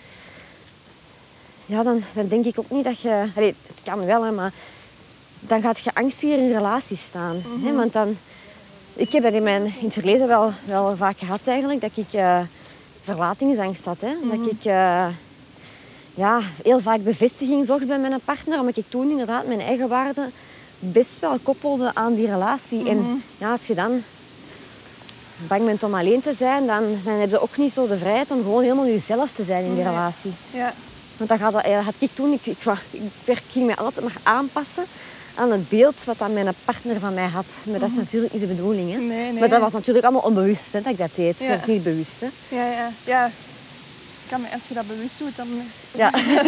Ja, dan, dan denk ik ook niet dat je... Allee, het kan wel, hè, maar... Dan gaat je angstiger in relaties staan. Mm-hmm. Hè? Want dan... Ik heb dat in, mijn, in het verleden wel, wel vaak gehad eigenlijk. Dat ik uh, verlatingsangst had. Hè? Mm-hmm. Dat ik uh, ja, heel vaak bevestiging zocht bij mijn partner. Omdat ik toen inderdaad mijn eigen waarden best wel koppelde aan die relatie. Mm-hmm. En ja, als je dan bang bent om alleen te zijn, dan, dan heb je ook niet zo de vrijheid om gewoon helemaal jezelf te zijn in die
nee. relatie.
Ja. Want dat had, had ik toen, ik, ik, ik ging me altijd maar aanpassen aan het beeld wat dan mijn partner van mij had. Maar dat is natuurlijk niet de bedoeling. Hè?
Nee, nee.
Maar dat was natuurlijk allemaal onbewust hè, dat ik dat deed. Ja. Dat is niet bewust. Hè?
Ja, ja, ja. Kan, als je dat bewust doet, dan...
Ja.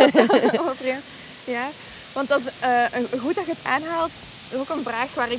ja. Want dat, uh, goed dat je het aanhaalt, is ook een vraag waar ik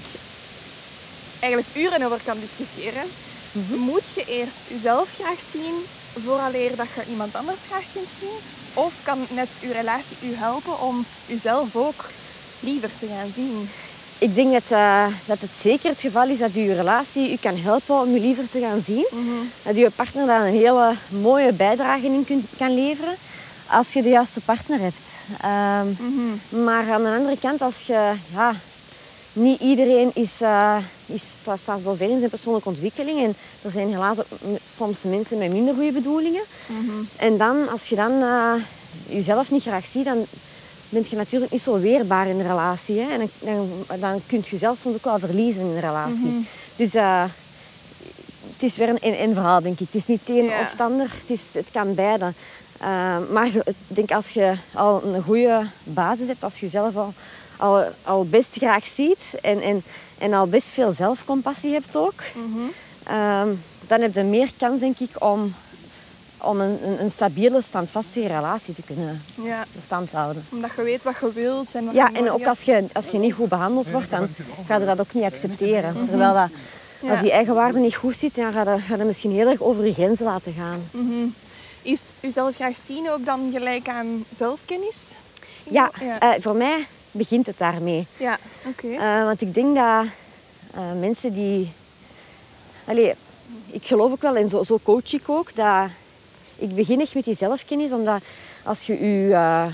eigenlijk uren over kan discussiëren. Mm-hmm. Moet je eerst jezelf graag zien vooraleer dat je iemand anders graag kunt zien? Of kan net je relatie u helpen om jezelf ook liever te gaan zien?
Ik denk dat, uh, dat het zeker het geval is dat je relatie u kan helpen om je liever te gaan zien.
Mm-hmm.
Dat je partner daar een hele mooie bijdrage in kunt, kan leveren als je de juiste partner hebt. Um,
mm-hmm.
Maar aan de andere kant, als je... Ja, niet iedereen is, uh, is, staat zo ver in zijn persoonlijke ontwikkeling. En er zijn helaas ook soms mensen met minder goede bedoelingen.
Mm-hmm.
En dan, als je dan uh, jezelf niet graag ziet, dan ben je natuurlijk niet zo weerbaar in de relatie. Hè? En dan, dan, dan kun je jezelf soms ook wel verliezen in de relatie.
Mm-hmm.
Dus uh, het is weer een en-en verhaal, denk ik. Het is niet het een
ja.
of het ander. Het, is, het kan beide. Uh, maar ik denk als je al een goede basis hebt, als je jezelf al... Al, al best graag ziet en, en, en al best veel zelfcompassie hebt ook,
mm-hmm.
um, dan heb je meer kans, denk ik, om, om een, een, een stabiele, standvastige relatie te kunnen
ja.
bestand houden.
Omdat je weet wat je wilt. En wat
ja,
je
en ook als je, als je niet goed behandeld wordt, dan ga je dat ook niet accepteren. Mm-hmm. Terwijl dat,
ja.
als die eigenwaarde niet goed zit, dan ga je, ga je misschien heel erg over je grenzen laten gaan.
Mm-hmm. Is jezelf graag zien ook dan gelijk aan zelfkennis?
Ja, ja. Uh, voor mij... begint het daarmee.
Ja, oké. Okay.
Uh, want ik denk dat uh, mensen die... Allee, ik geloof ook wel, en zo, zo coach ik ook, dat ik begin echt met die zelfkennis, omdat als je je, uh,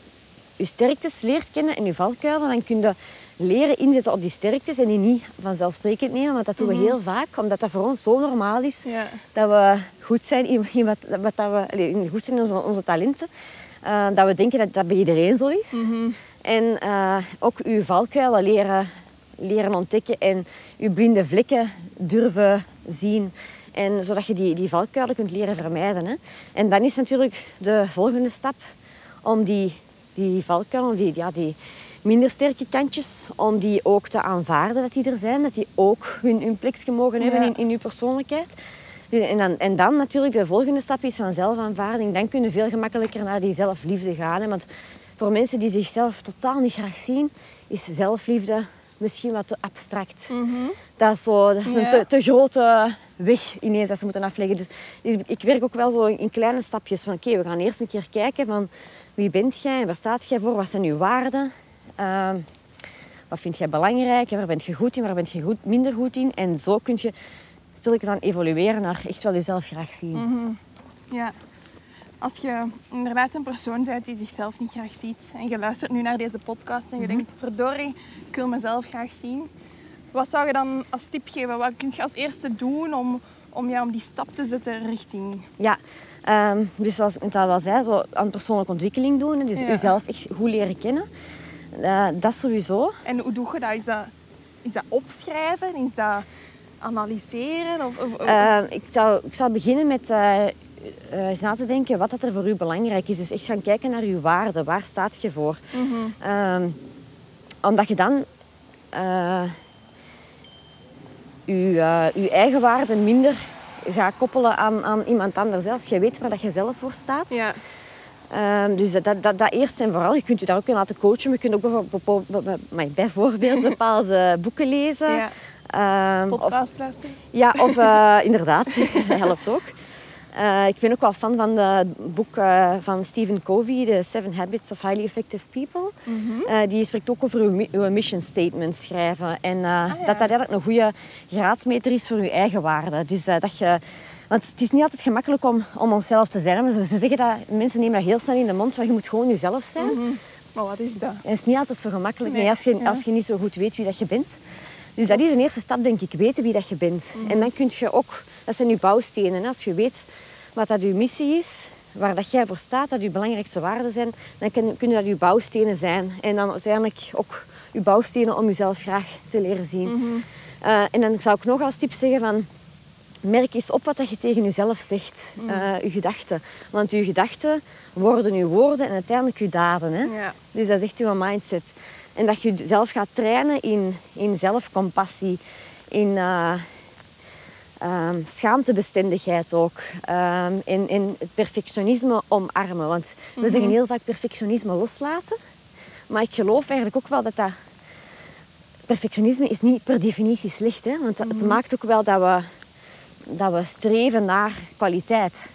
je sterktes leert kennen en je valkuilen, dan kun je leren inzetten op die sterktes en die niet vanzelfsprekend nemen, want dat doen we mm-hmm. heel vaak, omdat dat voor ons zo normaal is,
ja.
dat we goed zijn in, in wat, wat dat we, allee, goed zijn in onze, onze talenten, uh, dat we denken dat dat bij iedereen zo is.
Mm-hmm.
En uh, ook uw valkuilen leren, leren ontdekken en uw blinde vlekken durven zien. En zodat je die, die valkuilen kunt leren vermijden. Hè. En dan is natuurlijk de volgende stap om die, die valkuilen, die, ja, die minder sterke kantjes, om die ook te aanvaarden dat die er zijn. Dat die ook hun, hun plekje mogen hebben ja. in, in uw persoonlijkheid. En dan, en dan natuurlijk de volgende stap is van zelfaanvaarding. Dan kun je veel gemakkelijker naar die zelfliefde gaan. Hè. Want voor mensen die zichzelf totaal niet graag zien, is zelfliefde misschien wat te abstract.
Mm-hmm.
Dat is, zo, dat is ja. een te, te grote weg ineens dat ze moeten afleggen. Dus ik werk ook wel zo in kleine stapjes. Van oké, okay, we gaan eerst een keer kijken van wie bent jij en waar staat jij voor? Wat zijn uw waarden? Uh, wat vind jij belangrijk? En waar ben je goed in? Waar ben je goed, minder goed in? En zo kun je stilletjes aan evolueren naar echt wel jezelf graag zien.
Mm-hmm. Ja. Als je inderdaad een persoon bent die zichzelf niet graag ziet en je luistert nu naar deze podcast en je mm-hmm. denkt, verdorie, ik wil mezelf graag zien. Wat zou je dan als tip geven? Wat kun je als eerste doen om, om, ja, om die stap te zetten richting?
Ja, um, dus zoals ik het al wel zei, zo aan persoonlijke ontwikkeling doen. Dus ja. jezelf echt goed leren kennen. Uh, dat sowieso.
En hoe doe je dat? Is dat, is dat opschrijven? Is dat analyseren? Of, of, of?
Uh, ik, zou, ik zou beginnen met... Uh, Uh, eens na te denken wat dat er voor u belangrijk is. Dus echt gaan kijken naar uw waarden. Waar staat je voor?
Mm-hmm.
Uh, omdat je dan uh, uw, uh, uw eigen waarden minder gaat koppelen aan, aan iemand anders. Hè. Als je weet waar dat je zelf voor staat,
ja.
Um, dus dat, dat, dat eerst en vooral. Je kunt je daar ook in laten coachen. Je kunt ook bijvoorbeeld, bijvoorbeeld bepaalde boeken lezen.
Ja. Um, Podcast of, luisteren.
Ja, of uh, inderdaad. Dat helpt ook. Uh, ik ben ook wel fan van het boek uh, van Stephen Covey, The Seven Habits of Highly Effective People. Mm-hmm. Uh, die spreekt ook over uw, uw mission statement schrijven. En uh, ah, ja. dat dat eigenlijk een goede graadmeter is voor je eigen waarde. Dus uh, dat je... Want het is niet altijd gemakkelijk om, om onszelf te zijn. Ze zeggen dat mensen nemen dat heel snel in de mond, van je moet gewoon jezelf zijn.
Mm-hmm. Maar wat is dat?
Het is niet altijd zo gemakkelijk nee. Nee, als, je, ja. als je niet zo goed weet wie dat je bent. Dus dat is een eerste stap, denk ik, weten wie dat je bent. Mm-hmm. En dan kun je ook... Dat zijn je bouwstenen. Hè? Als je weet wat dat je missie is, waar dat jij voor staat, wat je belangrijkste waarden zijn, dan kunnen dat je bouwstenen zijn. En dan uiteindelijk ook je bouwstenen om jezelf graag te leren zien. Mm-hmm. Uh, en dan zou ik nog als tip zeggen van... Merk eens op wat je tegen jezelf zegt, mm. uh, je gedachten. Want je gedachten worden je woorden en uiteindelijk je daden. Hè?
Ja.
Dus dat is echt je mindset. En dat je jezelf gaat trainen in, in zelfcompassie, in uh, um, schaamtebestendigheid ook. Um, in, in het perfectionisme omarmen. Want we mm-hmm. zeggen heel vaak perfectionisme loslaten. Maar ik geloof eigenlijk ook wel dat dat... Perfectionisme is niet per definitie slecht. Hè? Want mm-hmm. het maakt ook wel dat we... dat we streven naar kwaliteit.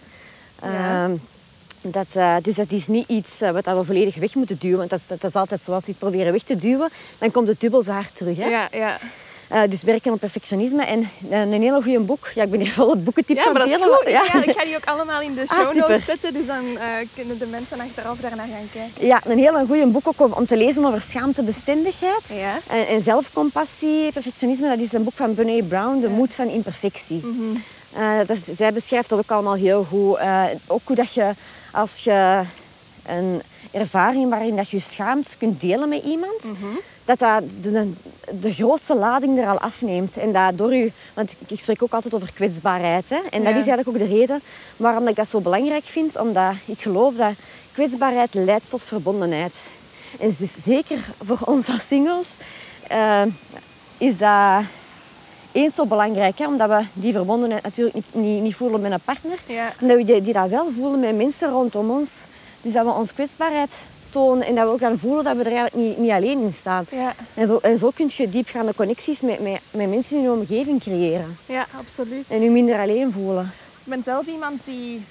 Ja. Uh, dat, uh, dus dat is niet iets uh, wat we volledig weg moeten duwen. Want dat, dat, dat is altijd zoals we het proberen weg te duwen, dan komt het dubbel zo hard terug. Hè?
Ja, ja.
Uh, dus werken op perfectionisme. En uh, een hele goede boek. Ja, ik ben hier vol boekentips
ja,
aan het
delen.
delen.
Ja, ja, ik ga die ook allemaal in de show ah, notes zetten. Dus dan uh, kunnen de mensen achteraf daarnaar gaan kijken.
Ja, een hele goede boek ook om te lezen over schaamtebestendigheid.
Ja.
En, en zelfcompassie. Perfectionisme, dat is een boek van Brené Brown. De ja. moed van imperfectie. Mm-hmm. Uh, dat is, zij beschrijft dat ook allemaal heel goed. Uh, ook hoe dat je, als je een ervaring waarin dat je je schaamt kunt delen met iemand, mm-hmm. dat dat de, de grootste lading er al afneemt. En dat door u, want ik spreek ook altijd over kwetsbaarheid. Hè? En dat ja. is eigenlijk ook de reden waarom ik dat zo belangrijk vind. Omdat ik geloof dat kwetsbaarheid leidt tot verbondenheid. En dus zeker voor ons als singles uh, is dat... eens zo belangrijk, hè? Omdat we die verbondenheid natuurlijk niet, niet, niet voelen met een partner.
Ja.
En dat we die, die dat wel voelen met mensen rondom ons. Dus dat we onze kwetsbaarheid tonen en dat we ook gaan voelen dat we er eigenlijk niet, niet alleen in staan.
Ja.
En, zo, en zo kun je diepgaande connecties met, met, met mensen in je omgeving creëren.
Ja, absoluut.
En je minder alleen voelen.
Ik ben zelf iemand die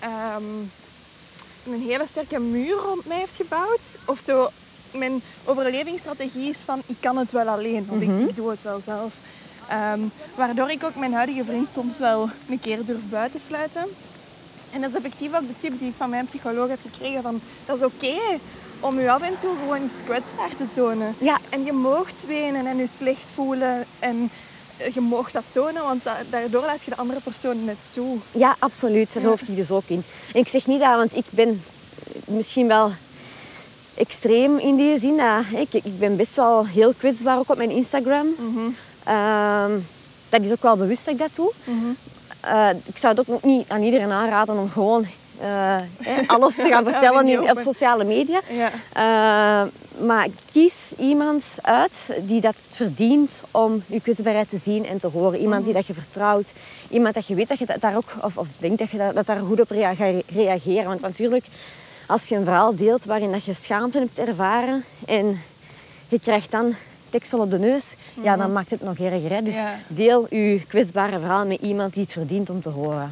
um, een hele sterke muur rond mij heeft gebouwd. Of zo, mijn overlevingsstrategie is van ik kan het wel alleen. Of mm-hmm. ik, ik doe het wel zelf. Um, waardoor ik ook mijn huidige vriend soms wel een keer durf buitensluiten. En dat is effectief ook de tip die ik van mijn psycholoog heb gekregen. Van, dat is oké okay om je af en toe gewoon eens kwetsbaar te tonen.
Ja.
En je moogt wenen en je slecht voelen. En je moogt dat tonen, want da- daardoor laat je de andere persoon net toe.
Ja, absoluut. Daar geloof ik dus ook in. En ik zeg niet dat, want ik ben misschien wel extreem in die zin. Dat, ik, ik ben best wel heel kwetsbaar ook op mijn Instagram.
Mm-hmm.
Um, dat is ook wel bewust dat ik dat doe.
Mm-hmm.
Uh, ik zou het ook niet aan iedereen aanraden om gewoon uh, alles te gaan vertellen in, op sociale media.
Ja.
Uh, maar kies iemand uit die dat verdient om je kwetsbaarheid te zien en te horen. Iemand die dat je vertrouwt. Iemand dat je weet dat je daar ook, of, of denkt dat je dat, dat daar goed op rea- gaat reageren. Want natuurlijk, als je een verhaal deelt waarin dat je schaamte hebt ervaren en je krijgt dan deksel op de neus, mm-hmm. ja, dan maakt het nog erger. Hè? Dus
ja.
deel je kwetsbare verhaal met iemand die het verdient om te horen.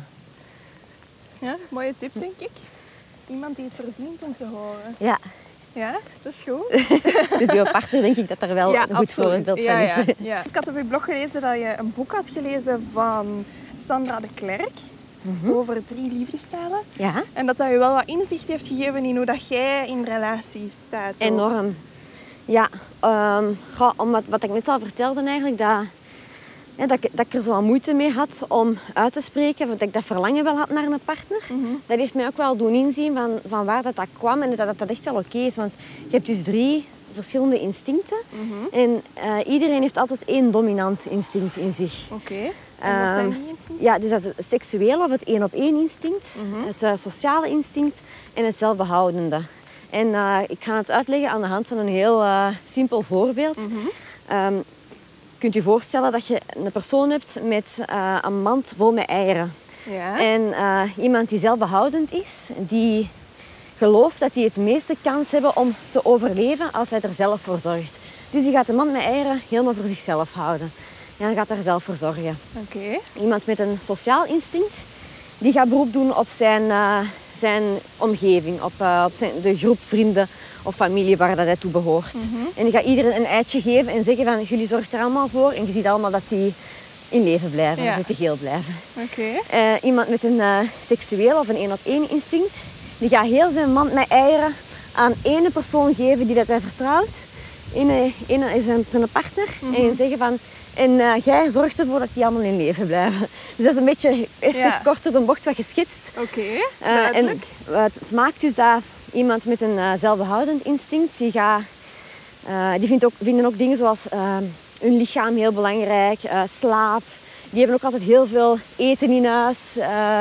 Ja, mooie tip, denk ik. Iemand die het verdient om te horen.
Ja.
Ja, dat is goed.
Dus jouw partner, denk ik dat er wel
ja,
een goed voorbeeld
ja,
van is.
Ja, ja. Ik had op je blog gelezen dat je een boek had gelezen van Sandra de Klerk. Mm-hmm. Over drie liefdestijlen.
Ja.
En dat dat je wel wat inzicht heeft gegeven in hoe dat jij in relaties staat.
Enorm. Ja, um, goh, omdat, wat ik net al vertelde eigenlijk, dat, ja, dat, ik, dat ik er zo moeite mee had om uit te spreken, dat ik dat verlangen wel had naar een partner.
Mm-hmm.
Dat heeft mij ook wel doen inzien van, van waar dat, dat kwam en dat, dat dat echt wel oké is. Want je hebt dus drie verschillende instincten.
Mm-hmm.
En uh, iedereen heeft altijd één dominant instinct in zich.
Oké. Okay. En wat zijn die instincten?
Ja, dus dat is het seksuele of het één-op-één instinct,
mm-hmm.
het uh, sociale instinct en het zelfbehoudende. En uh, ik ga het uitleggen aan de hand van een heel uh, simpel voorbeeld.
Mm-hmm.
Um, kunt je voorstellen dat je een persoon hebt met uh, een mand vol met eieren.
Ja.
En uh, iemand die zelfbehoudend is, die gelooft dat die het meeste kans hebben om te overleven als hij er zelf voor zorgt. Dus die gaat de man met eieren helemaal voor zichzelf houden. En dan gaat er zelf voor zorgen.
Oké.
Iemand met een sociaal instinct, die gaat beroep doen op zijn, uh, zijn omgeving, op, uh, op zijn, de groep vrienden of familie waar dat hij toe behoort. Mm-hmm. En die gaat iedereen een eitje geven en zeggen van jullie zorgen er allemaal voor en je ziet allemaal dat die in leven blijven, ja. dat die geheel blijven.
Okay.
Uh, iemand met een uh, seksueel of een één-op-één instinct, die gaat heel zijn mand met eieren aan één persoon geven die dat hij vertrouwt. Ene, ene is zijn, zijn partner. Mm-hmm. En zeggen van, en uh, jij zorgt ervoor dat die allemaal in leven blijven. Dus dat is een beetje even ja. korter de bocht wat geschetst.
Oké, okay,
uh, en wat het maakt dus dat iemand met een uh, zelfbehoudend instinct, die, gaat, uh, die vindt ook, vinden ook dingen zoals uh, hun lichaam heel belangrijk, uh, slaap. Die hebben ook altijd heel veel eten in huis. Uh,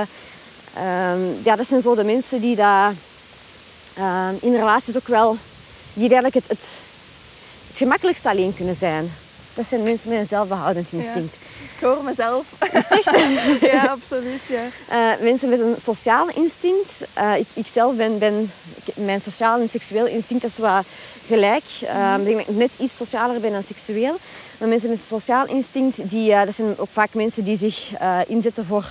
um, ja, dat zijn zo de mensen die dat, uh, in relaties ook wel, die eigenlijk het, het, het gemakkelijkst alleen kunnen zijn. Dat zijn mensen met een zelfbehoudend instinct.
Ja, ik hoor mezelf. Ja, absoluut. Ja.
Uh, mensen met een sociaal instinct. Uh, ik, ik zelf ben, ben... Mijn sociaal en seksueel instinct is wel gelijk. Uh, ik denk dat ik net iets socialer ben dan seksueel. Maar mensen met een sociaal instinct, die, uh, dat zijn ook vaak mensen die zich uh, inzetten voor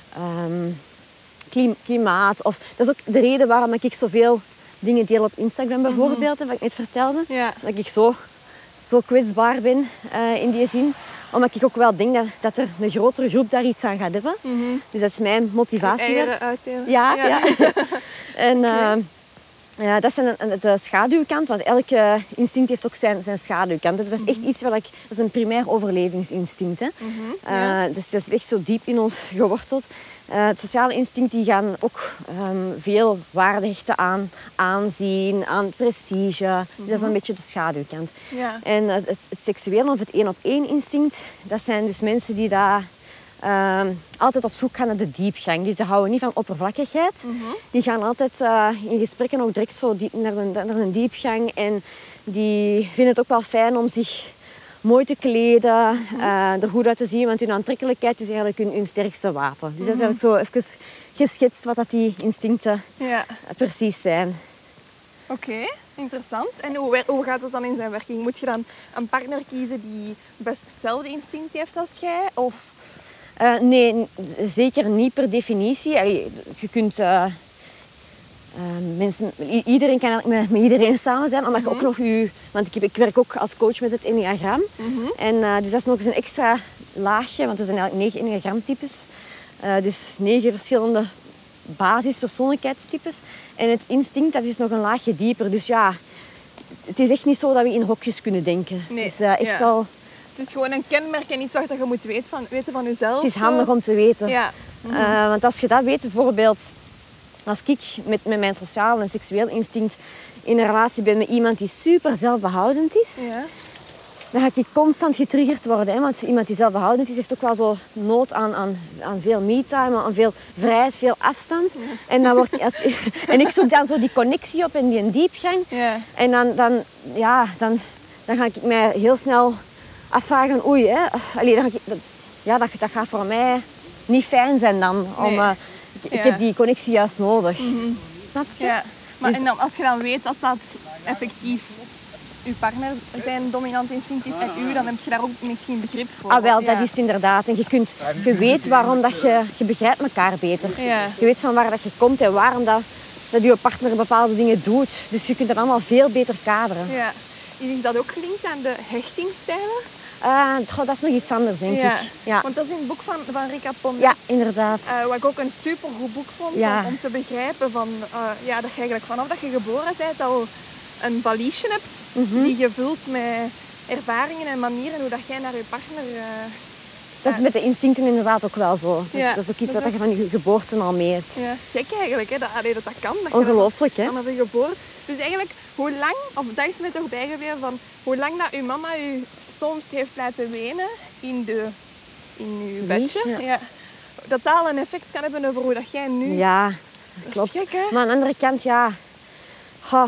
um, klim, klimaat. Of, dat is ook de reden waarom ik zoveel dingen deel op Instagram bijvoorbeeld, mm-hmm. wat ik net vertelde. Ja. Dat ik zo... zo kwetsbaar ben uh, in die zin. Omdat ik ook wel denk dat, dat er een grotere groep daar iets aan gaat hebben. Mm-hmm. Dus dat is mijn motivatie.
Eieren uitdelen.
Ja, ja. ja. En uh, ja, dat is een, een, de schaduwkant, want elke instinct heeft ook zijn, zijn schaduwkant. Dat is echt iets wat ik... Dat is een primair overlevingsinstinct. Hè. Mm-hmm. Ja. Uh, dus dat is echt zo diep in ons geworteld. Uh, het sociale instinct die gaan ook um, veel waarde hechten aan aanzien, aan prestige. Mm-hmm. Dus dat is een beetje de schaduwkant. Ja. En uh, het, het seksuele of het één-op-één instinct, dat zijn dus mensen die daar uh, altijd op zoek gaan naar de diepgang. Dus die houden niet van oppervlakkigheid. Mm-hmm. Die gaan altijd uh, in gesprekken ook direct zo diep naar, een, naar een diepgang. En die vinden het ook wel fijn om zich mooi te kleden, mm-hmm. uh, er goed uit te zien, want hun aantrekkelijkheid is eigenlijk hun, hun sterkste wapen. Dus mm-hmm. dat is eigenlijk zo even geschetst wat dat die instincten ja. precies zijn.
Oké, okay, interessant. En hoe, hoe gaat het dan in zijn werking? Moet je dan een partner kiezen die best hetzelfde instinct heeft als jij? Of...
Uh, nee, zeker niet per definitie. Allee, je kunt... Uh, Uh, mensen, iedereen kan eigenlijk met, met iedereen samen zijn, omdat je mm-hmm. ook nog je... Want ik, heb, ik werk ook als coach met het enneagram. Mm-hmm. En, uh, dus dat is nog eens een extra laagje, want er zijn eigenlijk negen enneagramtypes. Uh, dus negen verschillende basispersoonlijkheidstypes. En het instinct, dat is nog een laagje dieper. Dus ja, het is echt niet zo dat we in hokjes kunnen denken. Nee. Het is uh, echt ja. wel...
Het is gewoon een kenmerk en iets wat je moet weten van, weten van jezelf.
Het is handig om te weten. Ja. Mm-hmm. Uh, want als je dat weet, bijvoorbeeld... Als ik met, met mijn sociaal en seksueel instinct in een relatie ben met iemand die super zelfbehoudend is, ja. dan ga ik constant getriggerd worden. Hè? Want iemand die zelfbehoudend is, heeft ook wel zo nood aan, aan, aan veel me-time, aan veel vrijheid, veel afstand. Ja. En, dan word, als, en ik zoek dan zo die connectie op en die diepgang. Ja. En dan, dan, ja, dan, dan ga ik mij heel snel afvragen, oei, hè. Allee, dan ga ik, ja, dat, dat gaat voor mij niet fijn zijn dan. Om, nee. uh, ik, ja. ik heb die connectie juist nodig. Mm-hmm. Snap je?
Ja. Maar dus, en dan, als je dan weet dat dat effectief uw partner zijn dominant instinct is en u, dan heb je daar ook misschien begrip voor.
Ah wel, ja. dat is het inderdaad. En je, kunt, je weet waarom dat je... Je begrijpt elkaar beter. Ja. Je weet van waar dat je komt en waarom dat, dat je partner bepaalde dingen doet. Dus je kunt dat allemaal veel beter kaderen.
Ja. Je denkt dat ook gelinkt aan de hechtingsstijlen?
Uh, goh, dat is nog iets anders, denk
ja.
ik. Ja.
Want dat is in het boek van, van Rika Ponnet.
Ja, inderdaad.
Uh, wat ik ook een supergoed boek vond ja. om, om te begrijpen van, uh, ja, dat je eigenlijk vanaf dat je geboren bent al een valiesje hebt mm-hmm. die je vult met ervaringen en manieren hoe dat jij naar je partner... Uh,
dat is met de instincten inderdaad ook wel zo. Dat, ja. dat is ook iets dat wat je van je geboorte al meet.
Ja. Gek eigenlijk, hè? Dat, allee, dat dat kan. Dat
ongelooflijk, hè?
Vanaf je geboorte. Dus eigenlijk, hoe lang, of dat is me toch bijgebleven van hoe lang dat uw mama u soms heeft laten wenen in, de, in uw bedje. Ja. Ja. Dat dat al een effect kan hebben over hoe dat jij nu...
Ja, klopt.
Dat is gek, hè?
Maar aan de andere kant, ja... Oh,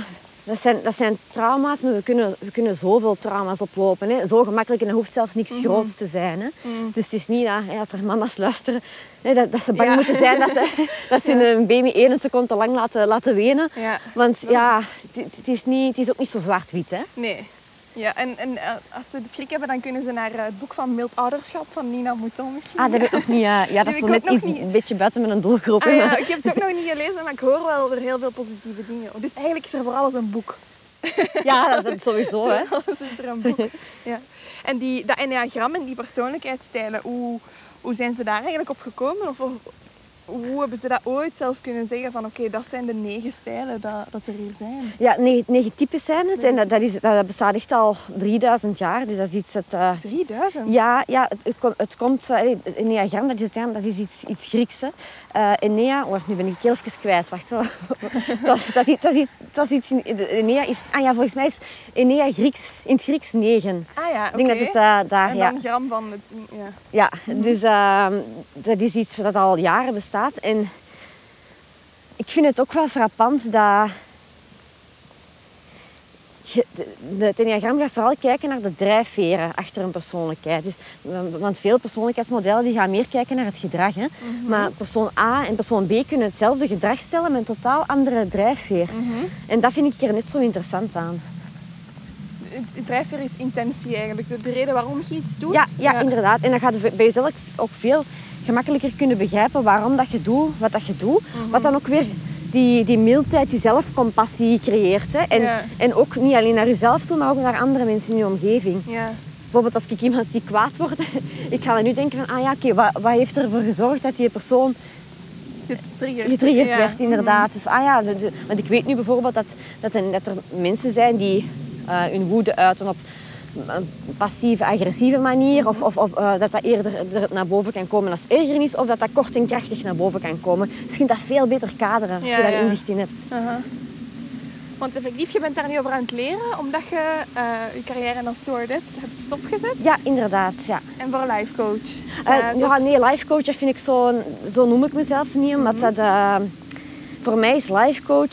Dat zijn, dat zijn trauma's, maar we kunnen, we kunnen zoveel trauma's oplopen. Hè. Zo gemakkelijk en dat hoeft zelfs niks mm-hmm. groots te zijn. Hè. Mm. Dus het is niet dat, hè, als er mama's luisteren, hè, dat, dat ze bang ja. moeten zijn dat ze, dat ze ja. een baby één seconde te lang laten, laten wenen. Ja. Want ja, het, het, is niet, het is ook niet zo zwart-wit. Hè.
Nee. Ja, en, en als ze de schrik hebben, dan kunnen ze naar het boek van Mild Ouderschap van Nina Mouton misschien.
Ah, dat heb ik nog niet. Uh, ja, dat is net iets niet... een beetje buiten met een doelgroep.
Ah, ja, ik heb het ook nog niet gelezen, maar ik hoor wel over heel veel positieve dingen. Dus eigenlijk is er voor alles een boek.
Ja, dat is het sowieso. Hè.
Alles is er een boek. Ja. En die, dat enneagram en die persoonlijkheidsstijlen, hoe, hoe zijn ze daar eigenlijk op gekomen? Of, of hoe hebben ze dat ooit zelf kunnen zeggen van oké, okay, dat zijn de negen stijlen dat, dat er hier zijn?
Ja, negen, negen types zijn het. En dat, dat, is, dat bestaat echt al drieduizend jaar. Dus dat is iets... Het, uh,
drieduizend?
Ja, ja het, het, komt, het komt... Het enneagram, dat is, het, dat is iets, iets Grieks. Uh, Ennea... Wacht, nu ben ik heel even kwijt. Wacht zo. dat, dat, dat, dat, dat was iets... Ennea is... Ah ja, volgens mij is Ennea Grieks, in het Grieks negen.
Ah ja, oké.
Ik denk dat het uh, daar...
En
ja.
dan gram van het... Ja,
ja dus uh, dat is iets dat al jaren bestaat. En ik vind het ook wel frappant dat... Je, de, het enneagram gaat vooral kijken naar de drijfveren achter een persoonlijkheid. Dus, want veel persoonlijkheidsmodellen die gaan meer kijken naar het gedrag. Hè. Mm-hmm. Maar persoon A en persoon B kunnen hetzelfde gedrag stellen met een totaal andere drijfveer. Mm-hmm. En dat vind ik er net zo interessant aan.
De drijfveer is intentie eigenlijk. De, de reden waarom je iets doet.
Ja, ja, ja, inderdaad. En dan gaat je bij jezelf ook veel gemakkelijker kunnen begrijpen waarom dat je doet wat dat je doet. Mm-hmm. Wat dan ook weer die, die mildheid, die zelfcompassie creëert. Hè. En, ja. en ook niet alleen naar jezelf toe, maar ook naar andere mensen in je omgeving. Ja. Bijvoorbeeld als ik iemand die kwaad wordt, ik ga dan nu denken van, ah ja, oké, wat, wat heeft ervoor gezorgd dat die persoon
getriggerd,
getriggerd
ja.
werd, inderdaad. Mm-hmm. Dus, ah ja, de, de, want ik weet nu bijvoorbeeld dat, dat, er, dat er mensen zijn die uh, hun woede uiten op een passieve, agressieve manier. Of, of, of uh, dat dat eerder er naar boven kan komen als ergernis. Of dat dat kort en krachtig naar boven kan komen. Dus je kunt dat veel beter kaderen als ja, je daar ja. inzicht in hebt.
Uh-huh. Want effectief, je bent daar nu over aan het leren. Omdat je uh, je carrière als stewardess hebt stopgezet.
Ja, inderdaad. Ja.
En voor life coach.
Uh, uh, dus... Ja, nee, life coach dat vind ik zo... Zo noem ik mezelf niet. Omdat mm-hmm. dat... Uh, voor mij is life coach...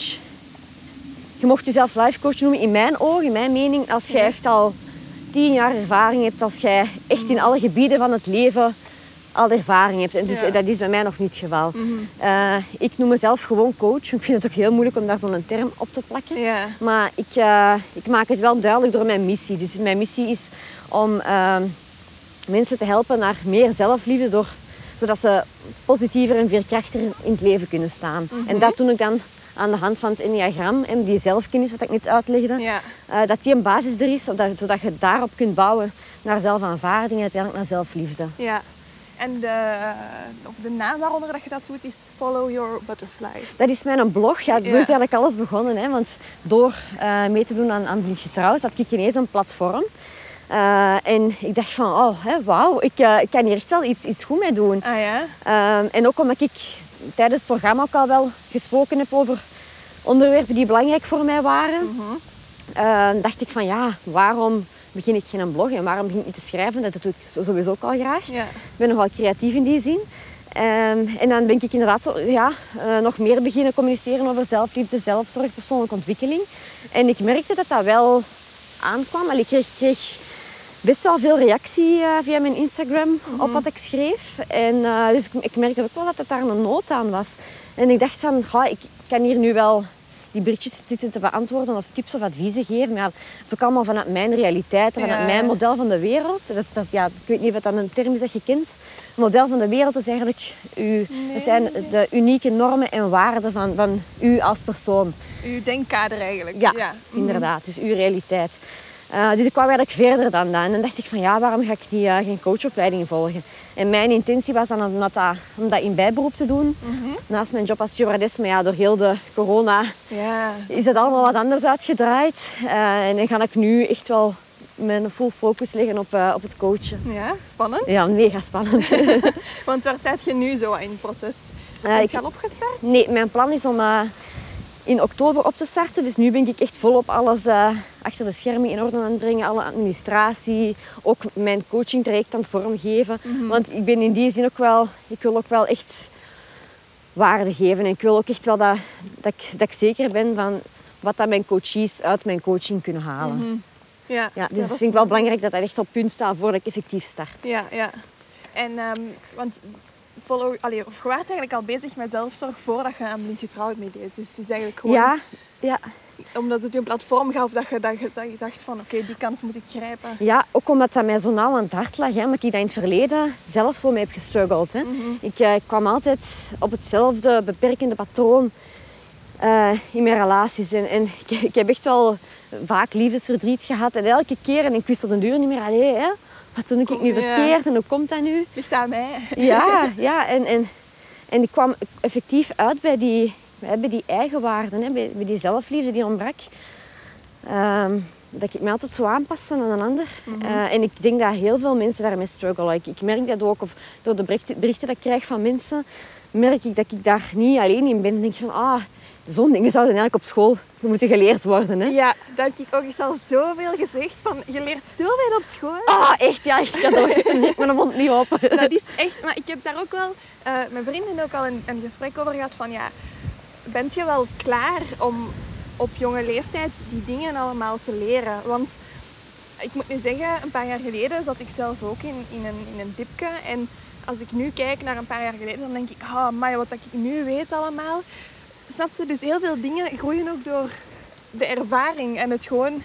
Je mocht jezelf life coach noemen in mijn ogen, in mijn mening. Als je echt al... tien jaar ervaring hebt, als jij echt in alle gebieden van het leven al ervaring hebt. En dus ja. dat is bij mij nog niet het geval. Mm-hmm. Uh, ik noem mezelf gewoon coach. Ik vind het ook heel moeilijk om daar zo'n term op te plakken. Ja. Maar ik, uh, ik maak het wel duidelijk door mijn missie. Dus mijn missie is om uh, mensen te helpen naar meer zelfliefde, door, zodat ze positiever en veerkrachtiger in het leven kunnen staan. Mm-hmm. En dat doe ik dan aan de hand van het enneagram en die zelfkennis, wat ik net uitlegde, ja. uh, dat die een basis er is, zodat, zodat je daarop kunt bouwen naar zelfaanvaarding en uiteindelijk naar zelfliefde.
Ja. En de, of de naam waaronder dat je dat doet is Follow Your Butterflies.
Dat is mijn blog. Ja, zo is eigenlijk alles begonnen. Hè? Want door uh, mee te doen aan, aan Blind Getrouwd had ik ineens een platform. Uh, en ik dacht van, oh, wauw, ik, uh, ik kan hier echt wel iets, iets goed mee doen.
Ah, ja?
uh, en ook omdat ik tijdens het programma ook al wel gesproken heb over onderwerpen die belangrijk voor mij waren. Mm-hmm. Uh, dacht ik van, ja, waarom begin ik geen blog en waarom begin ik niet te schrijven? Dat doe ik sowieso ook al graag. Ja. Ik ben nogal creatief in die zin. Um, en dan ben ik inderdaad zo, ja, uh, nog meer beginnen communiceren over zelfliefde, zelfzorg, persoonlijke ontwikkeling. En ik merkte dat dat wel aankwam. Allee, ik kreeg, kreeg best wel veel reactie uh, via mijn Instagram mm-hmm. op wat ik schreef. En, uh, dus ik, ik merkte ook wel dat het daar een nood aan was. En ik dacht van, ga, ik kan hier nu wel die berichtjes zitten te beantwoorden of tips of adviezen geven. Maar ja, dat is ook allemaal vanuit mijn realiteit, vanuit ja. mijn model van de wereld. Dat is, dat, ja, ik weet niet of dat een term is dat je kent. Het model van de wereld is eigenlijk uw, nee, dat zijn nee. de unieke normen en waarden van, van u als persoon.
Uw denkkader eigenlijk.
Ja, ja. inderdaad. Dus uw realiteit. Uh, dus ik kwam eigenlijk verder dan dat. En dan dacht ik van ja, waarom ga ik niet, uh, geen coachopleiding volgen? En mijn intentie was dan om dat, om dat in bijberoep te doen. Mm-hmm. Naast mijn job als stewardess. Maar ja, door heel de corona ja. is het allemaal wat anders uitgedraaid. Uh, en dan ga ik nu echt wel mijn full focus leggen op, uh, op het coachen.
Ja, spannend.
Ja, mega spannend.
Want waar staat je nu zo in het proces? Ben je uh, al opgestart?
Nee, mijn plan is om... Uh, in oktober op te starten. Dus nu ben ik echt volop alles uh, achter de schermen in orde aan het brengen. Alle administratie, ook mijn coaching traject aan het vormgeven. Mm-hmm. Want ik ben in die zin ook wel... Ik wil ook wel echt waarde geven. En ik wil ook echt wel dat, dat, ik, dat ik zeker ben van... wat dat mijn coaches uit mijn coaching kunnen halen.
Mm-hmm. Ja,
Ja, dus
ja,
ik
dat
vind ik wel belangrijk dat dat echt op punt staat voordat ik effectief start.
Ja, ja. En, um, want follow, allee, of je waart eigenlijk al bezig met zelfzorg voordat je aan Blind Getrouwd meedeed. Dus het is eigenlijk gewoon...
Ja, ja.
Omdat het je een platform gaf dat je, dat je, dat je dacht van... Oké, okay, die kans moet ik grijpen.
Ja, ook omdat dat mij zo nauw aan het hart lag. Hè, omdat ik dat in het verleden zelf zo mee heb gestruggeld. Hè.
Mm-hmm.
Ik uh, kwam altijd op hetzelfde beperkende patroon uh, in mijn relaties. En, en ik, ik heb echt wel vaak liefdesverdriet gehad. En elke keer, en ik wist op de duur niet meer... Allee, hè, wat doe ik nu verkeerd en hoe komt dat nu?
Ligt aan mij.
Ja, ja en, en, en ik kwam effectief uit bij die, bij die eigenwaarden, hè, bij, bij die zelfliefde die ontbrak. Um, dat ik me altijd zo aanpaste aan een ander. Mm-hmm. Uh, en ik denk dat heel veel mensen daarmee struggelen. Ik, ik merk dat ook, of door de berichten, berichten dat ik krijg van mensen, merk ik dat ik daar niet alleen in ben. Dan denk ik van, ah, zo'n dingen zouden eigenlijk op school moeten geleerd worden. Hè?
Ja, dat heb ik ook eens al zoveel gezegd. Van, je leert zoveel op school.
Ah, echt, ja. Ik had er mijn mond niet open.
Dat is echt... Maar ik heb daar ook wel... Uh, mijn vrienden ook al een, een gesprek over gehad van... Ja, bent je wel klaar om op jonge leeftijd die dingen allemaal te leren? Want ik moet nu zeggen, een paar jaar geleden zat ik zelf ook in, in, een, in een dipje. En als ik nu kijk naar een paar jaar geleden, dan denk ik... Oh, maar wat ik nu weet allemaal... Snap je? Dus heel veel dingen groeien ook door de ervaring en het gewoon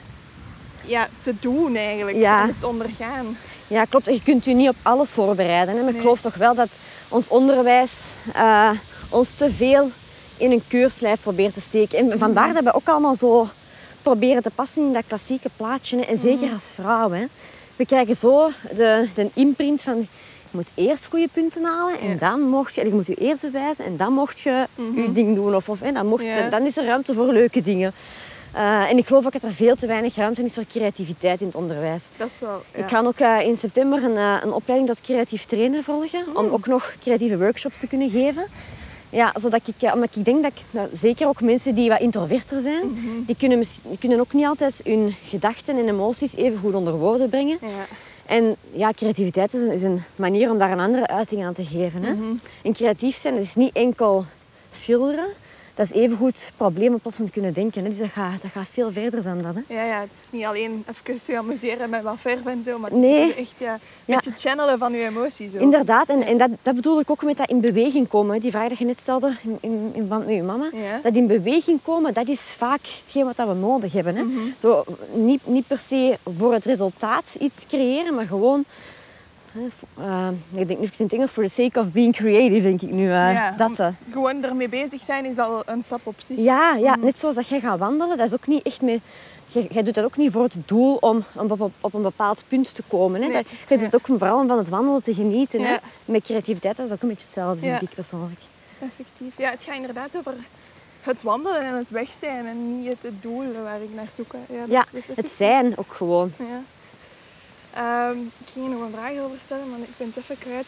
ja, te doen eigenlijk.
Ja.
En het ondergaan.
Ja, klopt. Je kunt je niet op alles voorbereiden. Hè? Maar nee. Ik geloof toch wel dat ons onderwijs uh, ons te veel in een keurslijf probeert te steken. En vandaar mm-hmm. dat we ook allemaal zo proberen te passen in dat klassieke plaatje. Hè? En zeker mm-hmm. als vrouw. Hè? We krijgen zo de, de imprint van... Je moet eerst goede punten halen en ja. dan mocht je... Je moet je eerst bewijzen en dan mocht je mm-hmm. je ding doen. Of, of, hè, dan, mocht, ja. dan is er ruimte voor leuke dingen. Uh, en ik geloof ook dat er veel te weinig ruimte is voor creativiteit in het onderwijs.
Dat is wel... Ja.
Ik ga ook uh, in september een, uh, een opleiding tot creatief trainer volgen. Mm. Om ook nog creatieve workshops te kunnen geven. Ja, zodat ik, uh, omdat ik denk dat ik, nou, zeker ook mensen die wat introverter zijn, mm-hmm. die, kunnen, die kunnen ook niet altijd hun gedachten en emoties even goed onder woorden brengen.
Ja.
En ja, creativiteit is een, is een manier om daar een andere uiting aan te geven. Hè? Mm-hmm. En creatief zijn, dat is niet enkel schilderen. Dat is evengoed probleemoplossend kunnen denken. Hè? Dus dat gaat, dat gaat veel verder dan dat. Hè?
Ja, ja, het is niet alleen even je amuseren met wat verf en zo. Maar het is
nee.
echt ja, een ja. beetje channelen van je emoties. Ook.
Inderdaad. En, en dat, dat bedoel ik ook met dat in beweging komen. Die vraag die je net stelde in, in, in verband met je mama.
Ja. Dat
in beweging komen, dat is vaak hetgeen wat we nodig hebben. Hè? Mm-hmm. Zo, niet, niet per se voor het resultaat iets creëren, maar gewoon... Uh, ik denk nu in het Engels, for the sake of being creative, denk ik nu. Uh,
ja,
dat, uh.
Gewoon ermee bezig zijn is al een stap op zich.
Ja, ja mm. net zoals dat jij gaat wandelen, dat is ook niet echt mee... Jij, jij doet dat ook niet voor het doel om, om op, op een bepaald punt te komen. Hè? Nee. Dat, jij doet het ook vooral om van het wandelen te genieten. Ja. Hè? Met creativiteit is dat ook een beetje hetzelfde,
ja.
vind ik persoonlijk.
Effectief. Ja, het gaat inderdaad over het wandelen en het weg zijn en niet het, het doel waar ik naartoe kan. Ja,
ja
dat is
het zijn ook gewoon.
Ja. Um, ik ging er nog een vraag over stellen, maar ik ben het even kwijt.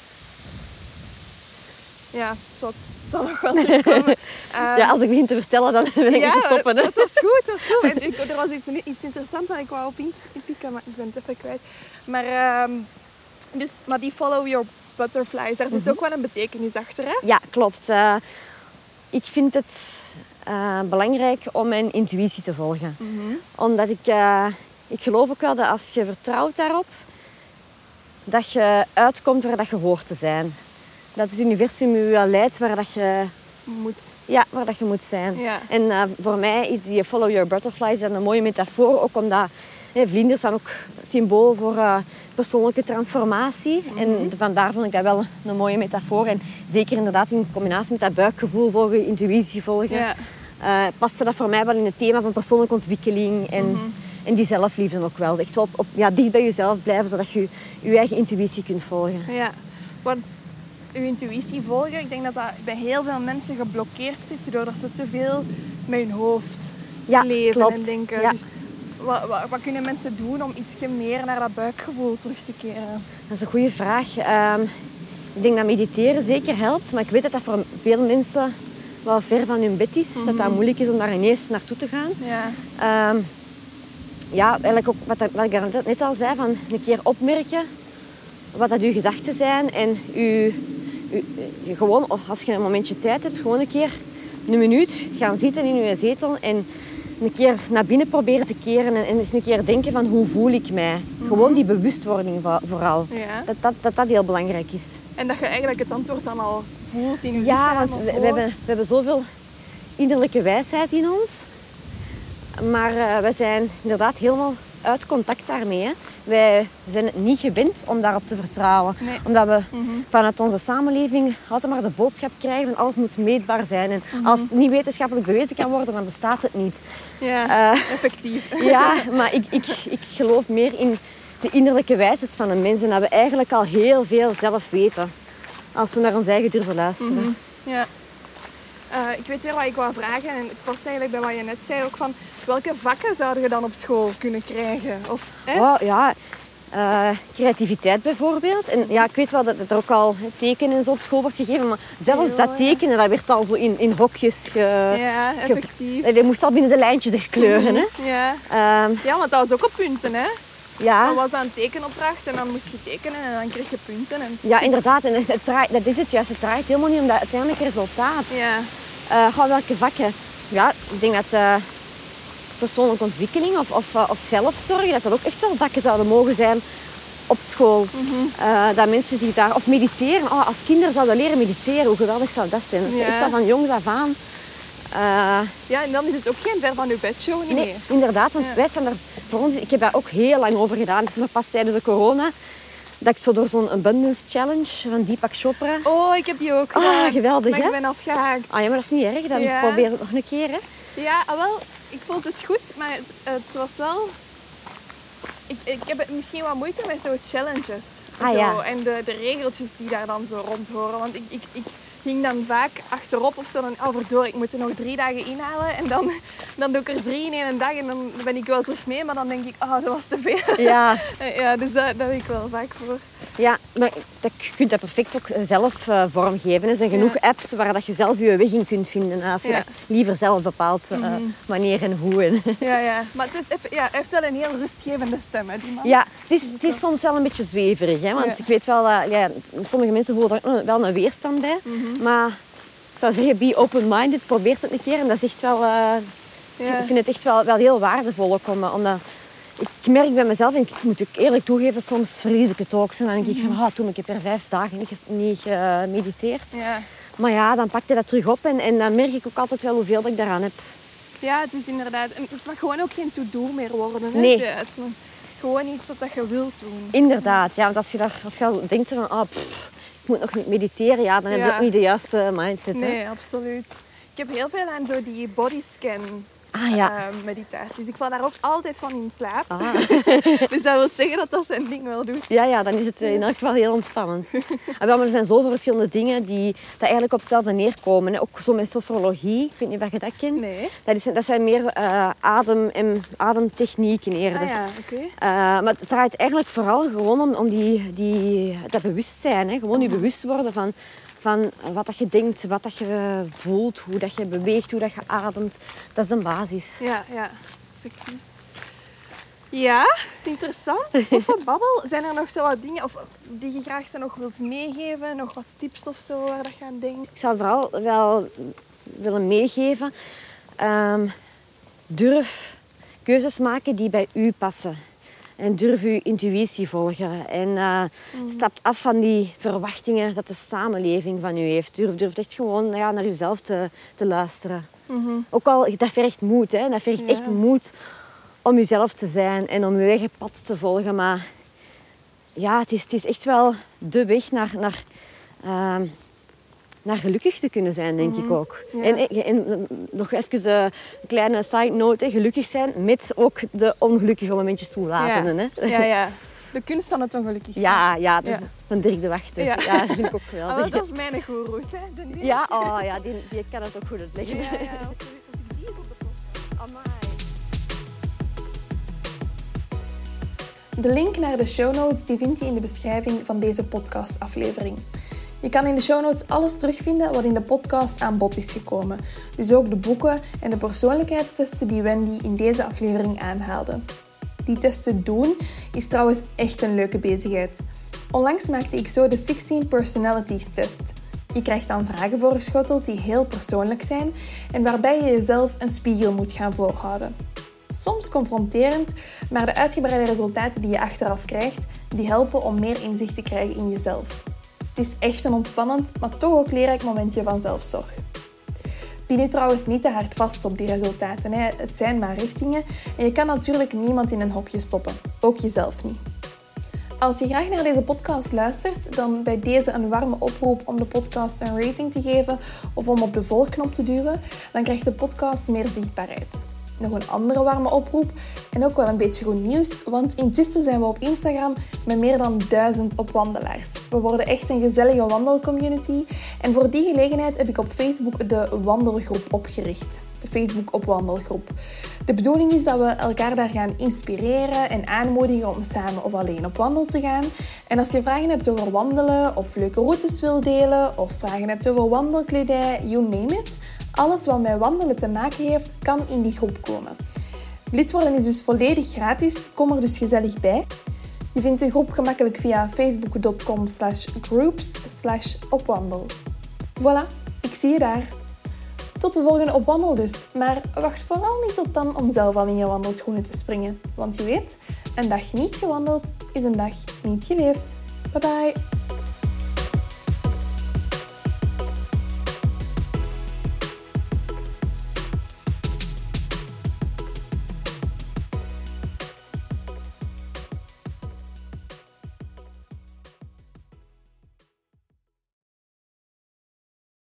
Ja, het zal nog wel terugkomen. Um,
ja, als ik begin te vertellen, dan ben ik
ja,
te stoppen. Hè?
Dat was goed, dat was goed. En ik, er was iets, iets interessants waar ik wou op inpikken, maar ik ben het even kwijt. Maar, um, dus, maar die follow your butterflies, daar zit mm-hmm. ook wel een betekenis achter, hè?
Ja, klopt. Uh, ik vind het uh, belangrijk om mijn intuïtie te volgen.
Mm-hmm.
Omdat ik... Uh, Ik geloof ook wel dat als je vertrouwt daarop, dat je uitkomt waar dat je hoort te zijn. Dat het universum je leidt waar dat je
moet.
Ja, waar dat je moet zijn.
Ja.
En uh, voor mij is die follow your butterflies een mooie metafoor, ook omdat hè, vlinders zijn ook symbool voor uh, persoonlijke transformatie. Mm-hmm. En vandaar vond ik dat wel een mooie metafoor. En zeker inderdaad in combinatie met dat buikgevoel volgen, intuïtie volgen,
ja.
uh, paste dat voor mij wel in het thema van persoonlijke ontwikkeling en
mm-hmm.
En die zelfliefde ook wel. Echt zo op, op, ja, dicht bij jezelf blijven, zodat je je eigen intuïtie kunt volgen.
Ja, want je intuïtie volgen, ik denk dat dat bij heel veel mensen geblokkeerd zit, doordat ze te veel met hun hoofd
ja,
leven
klopt.
en denken.
Ja.
Dus wat, wat, wat kunnen mensen doen om iets meer naar dat buikgevoel terug te keren?
Dat is een goede vraag. Um, ik denk dat mediteren zeker helpt, maar ik weet dat dat voor veel mensen wel ver van hun bed is. Mm-hmm. Dat dat moeilijk is om daar ineens naartoe te gaan.
Ja.
Um, Ja, eigenlijk ook wat, wat ik net al zei, van een keer opmerken wat dat uw gedachten zijn en u, u, u gewoon, als je een momentje tijd hebt, gewoon een keer een minuut gaan zitten in uw zetel en een keer naar binnen proberen te keren en, en eens een keer denken van hoe voel ik mij. Mm-hmm. Gewoon die bewustwording vooral. Ja. Dat, dat, dat dat heel belangrijk is.
En dat je eigenlijk het antwoord dan al voelt in je
ja,
lichaam?
Ja, want we, we, hebben, we hebben zoveel innerlijke wijsheid in ons. Maar uh, wij zijn inderdaad helemaal uit contact daarmee. Hè. Wij zijn het niet gewend om daarop te vertrouwen. Nee. Omdat we mm-hmm. vanuit onze samenleving altijd maar de boodschap krijgen van alles moet meetbaar zijn. En mm-hmm. als het niet wetenschappelijk bewezen kan worden, dan bestaat het niet.
Ja, uh, effectief.
Ja, maar ik, ik, ik geloof meer in de innerlijke wijsheid van een mens. En dat we eigenlijk al heel veel zelf weten. Als we naar ons eigen durven luisteren.
Mm-hmm. Ja. Uh, ik weet weer wat ik wou vragen. En het past eigenlijk bij wat je net zei ook van... Welke vakken zouden je dan op school kunnen krijgen? Of, eh?
Oh, ja, uh, creativiteit bijvoorbeeld. En ja, ik weet wel dat, dat er ook al tekenen en zo op school wordt gegeven. Maar zelfs jo, dat tekenen, dat werd al zo in, in hokjes ge...
Ja, effectief.
Ge, je moest al binnen de lijntjes echt kleuren. Hè?
Ja. Um, ja, want dat was ook op punten, hè?
Ja.
Dat was dan een tekenopdracht en dan moest je tekenen en dan kreeg je punten. En...
Ja, inderdaad. En het draait, dat is het juist. Het draait helemaal niet om dat uiteindelijke resultaat.
Ja.
Uh, welke vakken? Ja, ik denk dat uh, persoonlijke ontwikkeling of, of, uh, of zelfzorg, dat dat ook echt wel vakken zouden mogen zijn op school.
Mm-hmm.
Uh, dat mensen zich daar... Of mediteren. Oh, als kinderen zouden leren mediteren, hoe geweldig zou dat zijn? Dat is ja. echt al van jongs af aan. Uh,
ja, en dan is het ook geen ver van uw bedshow niet
nee,
meer.
Inderdaad, want ja. wij staan daar... Voor ons, ik heb daar ook heel lang over gedaan. Het is maar pas tijdens de corona dat ik zo door zo'n Abundance Challenge van Deepak Chopra...
Oh, ik heb die ook gedaan.
Ah, geweldig,
maar
hè?
ik ben afgehaakt.
Ah ja, maar dat is niet erg. Dan ja. probeer het nog een keer, hè?
Ja, wel, ik vond het goed, maar het, het was wel... Ik, ik heb misschien wat moeite met zo'n challenges.
Ah,
zo,
ja.
En de, de regeltjes die daar dan zo rond horen. Want ik, ik, ik ging dan vaak achterop of zo. Dan, oh, verdorie, ik moet er nog drie dagen inhalen. En dan, dan doe ik er drie in één dag. En dan ben ik wel terug mee. Maar dan denk ik, oh, dat was te veel.
Ja.
ja, dus dat, dat heb ik wel vaak voor.
Ja, maar dat, je kunt dat perfect ook zelf uh, vormgeven. Er zijn genoeg ja. apps waar dat je zelf je weg in kunt vinden. Als je ja. dat liever zelf bepaalt uh, mm-hmm. wanneer en hoe. En
ja, ja, maar het is, ja, hij heeft wel een heel rustgevende stem, hè, die man.
Ja, het is, het is soms wel een beetje zweverig. Hè, want ja. ik weet wel dat ja, sommige mensen voelen er wel een weerstand bij.
Mm-hmm.
Maar ik zou zeggen, be open-minded. Probeer het een keer. En dat is echt wel... Uh, ja. Ik vind het echt wel, wel heel waardevol ook. Om, omdat, ik merk bij mezelf, en ik moet ook eerlijk toegeven, soms verlies ik het ook. En dan denk ik van, oh, toen ik heb er vijf dagen niet, niet gemediteerd.
Ja.
Maar ja, dan pak je dat terug op. En, en dan merk ik ook altijd wel hoeveel dat ik daaraan heb.
Ja, het is inderdaad... Het mag gewoon ook geen to-do meer worden. Hè?
Nee.
Het is gewoon iets wat je wilt doen.
Inderdaad, ja. Want als je, daar, als je denkt van, oh, pff, ik moet nog niet mediteren, ja, dan heb je ja. ook niet de juiste mindset.
Nee,
hè?
Absoluut. Ik heb heel veel aan zo die bodyscan
ah, ja.
uh, meditaties. Ik val daar ook altijd van in slaap.
Ah.
Dus dat wil zeggen dat dat zijn ding wel doet.
Ja, ja, dan is het in elk geval heel ontspannend. Maar er zijn zoveel verschillende dingen die dat eigenlijk op hetzelfde neerkomen. Hè. Ook zo met sofrologie, ik weet niet of je dat kent.
Nee.
Dat, is, dat zijn meer uh, adem- en ademtechnieken eerder.
Ah, ja, okay.
uh, maar het draait eigenlijk vooral gewoon om, om die, die, dat bewustzijn. Hè. Gewoon je bewust worden van... Van wat dat je denkt, wat dat je voelt, hoe dat je beweegt, hoe dat je ademt. Dat is een basis.
Ja, ja, effectief. Ja, interessant. Toffe babbel. Zijn er nog zo wat dingen of die je graag zo nog wilt meegeven? Nog wat tips of zo waar dat je aan denkt?
Ik zou vooral wel willen meegeven. Um, durf keuzes maken die bij u passen. En durf je intuïtie volgen. En uh, mm. stap af van die verwachtingen dat de samenleving van u heeft. Durf, durf echt gewoon ja, naar jezelf te, te luisteren.
Mm-hmm.
Ook al, dat vergt moed. Hè? Dat vergt ja. echt moed om jezelf te zijn en om je eigen pad te volgen. Maar ja, het is, het is echt wel de weg naar, naar, uh, naar gelukkig te kunnen zijn, denk mm-hmm. ik ook.
Ja.
En, en, en nog even een kleine side note. Hè. Gelukkig zijn met ook de ongelukkige momentjes toelaten.
Ja.
Hè.
Ja, ja. De kunst van het ongelukkig zijn.
Ja, ja, de,
ja.
van Dirk de Wachter. Ja. ja, dat vind ik ook geweldig.
Ah, dat is mijn goeroes, hè. De
ja, oh, ja die, die kan het ook goed uitleggen.
Ja, ja, absoluut. Als ik die eens op de top... Amai.
De link naar de show notes die vind je in de beschrijving van deze podcastaflevering. Je kan in de show notes alles terugvinden wat in de podcast aan bod is gekomen. Dus ook de boeken en de persoonlijkheidstesten die Wendy in deze aflevering aanhaalde. Die testen doen is trouwens echt een leuke bezigheid. Onlangs maakte ik zo de zestien Personalities test.
Je krijgt dan vragen voorgeschoteld die heel persoonlijk zijn en waarbij je jezelf een spiegel moet gaan voorhouden. Soms confronterend, maar de uitgebreide resultaten die je achteraf krijgt, die helpen om meer inzicht te krijgen in jezelf. Het is echt een ontspannend, maar toch ook leerrijk momentje van zelfzorg. Pin nu trouwens niet te hard vast op die resultaten. Hè. Het zijn maar richtingen en je kan natuurlijk niemand in een hokje stoppen. Ook jezelf niet. Als je graag naar deze podcast luistert, dan bij deze een warme oproep om de podcast een rating te geven of om op de volgknop te duwen. Dan krijgt de podcast meer zichtbaarheid. Nog een andere warme oproep en ook wel een beetje goed nieuws, want intussen zijn we op Instagram met meer dan duizend opwandelaars. We worden echt een gezellige wandelcommunity en voor die gelegenheid heb ik op Facebook de wandelgroep opgericht. De Facebook opwandelgroep. De bedoeling is dat we elkaar daar gaan inspireren en aanmoedigen om samen of alleen op wandel te gaan. En als je vragen hebt over wandelen of leuke routes wil delen of vragen hebt over wandelkledij, you name it. Alles wat met wandelen te maken heeft, kan in die groep komen. Lid worden is dus volledig gratis, kom er dus gezellig bij. Je vindt de groep gemakkelijk via facebook.com slash groups slash opwandel. Voilà, ik zie je daar. Tot de volgende op wandel dus, maar wacht vooral niet tot dan om zelf al in je wandelschoenen te springen. Want je weet, een dag niet gewandeld is een dag niet geleefd. Bye bye!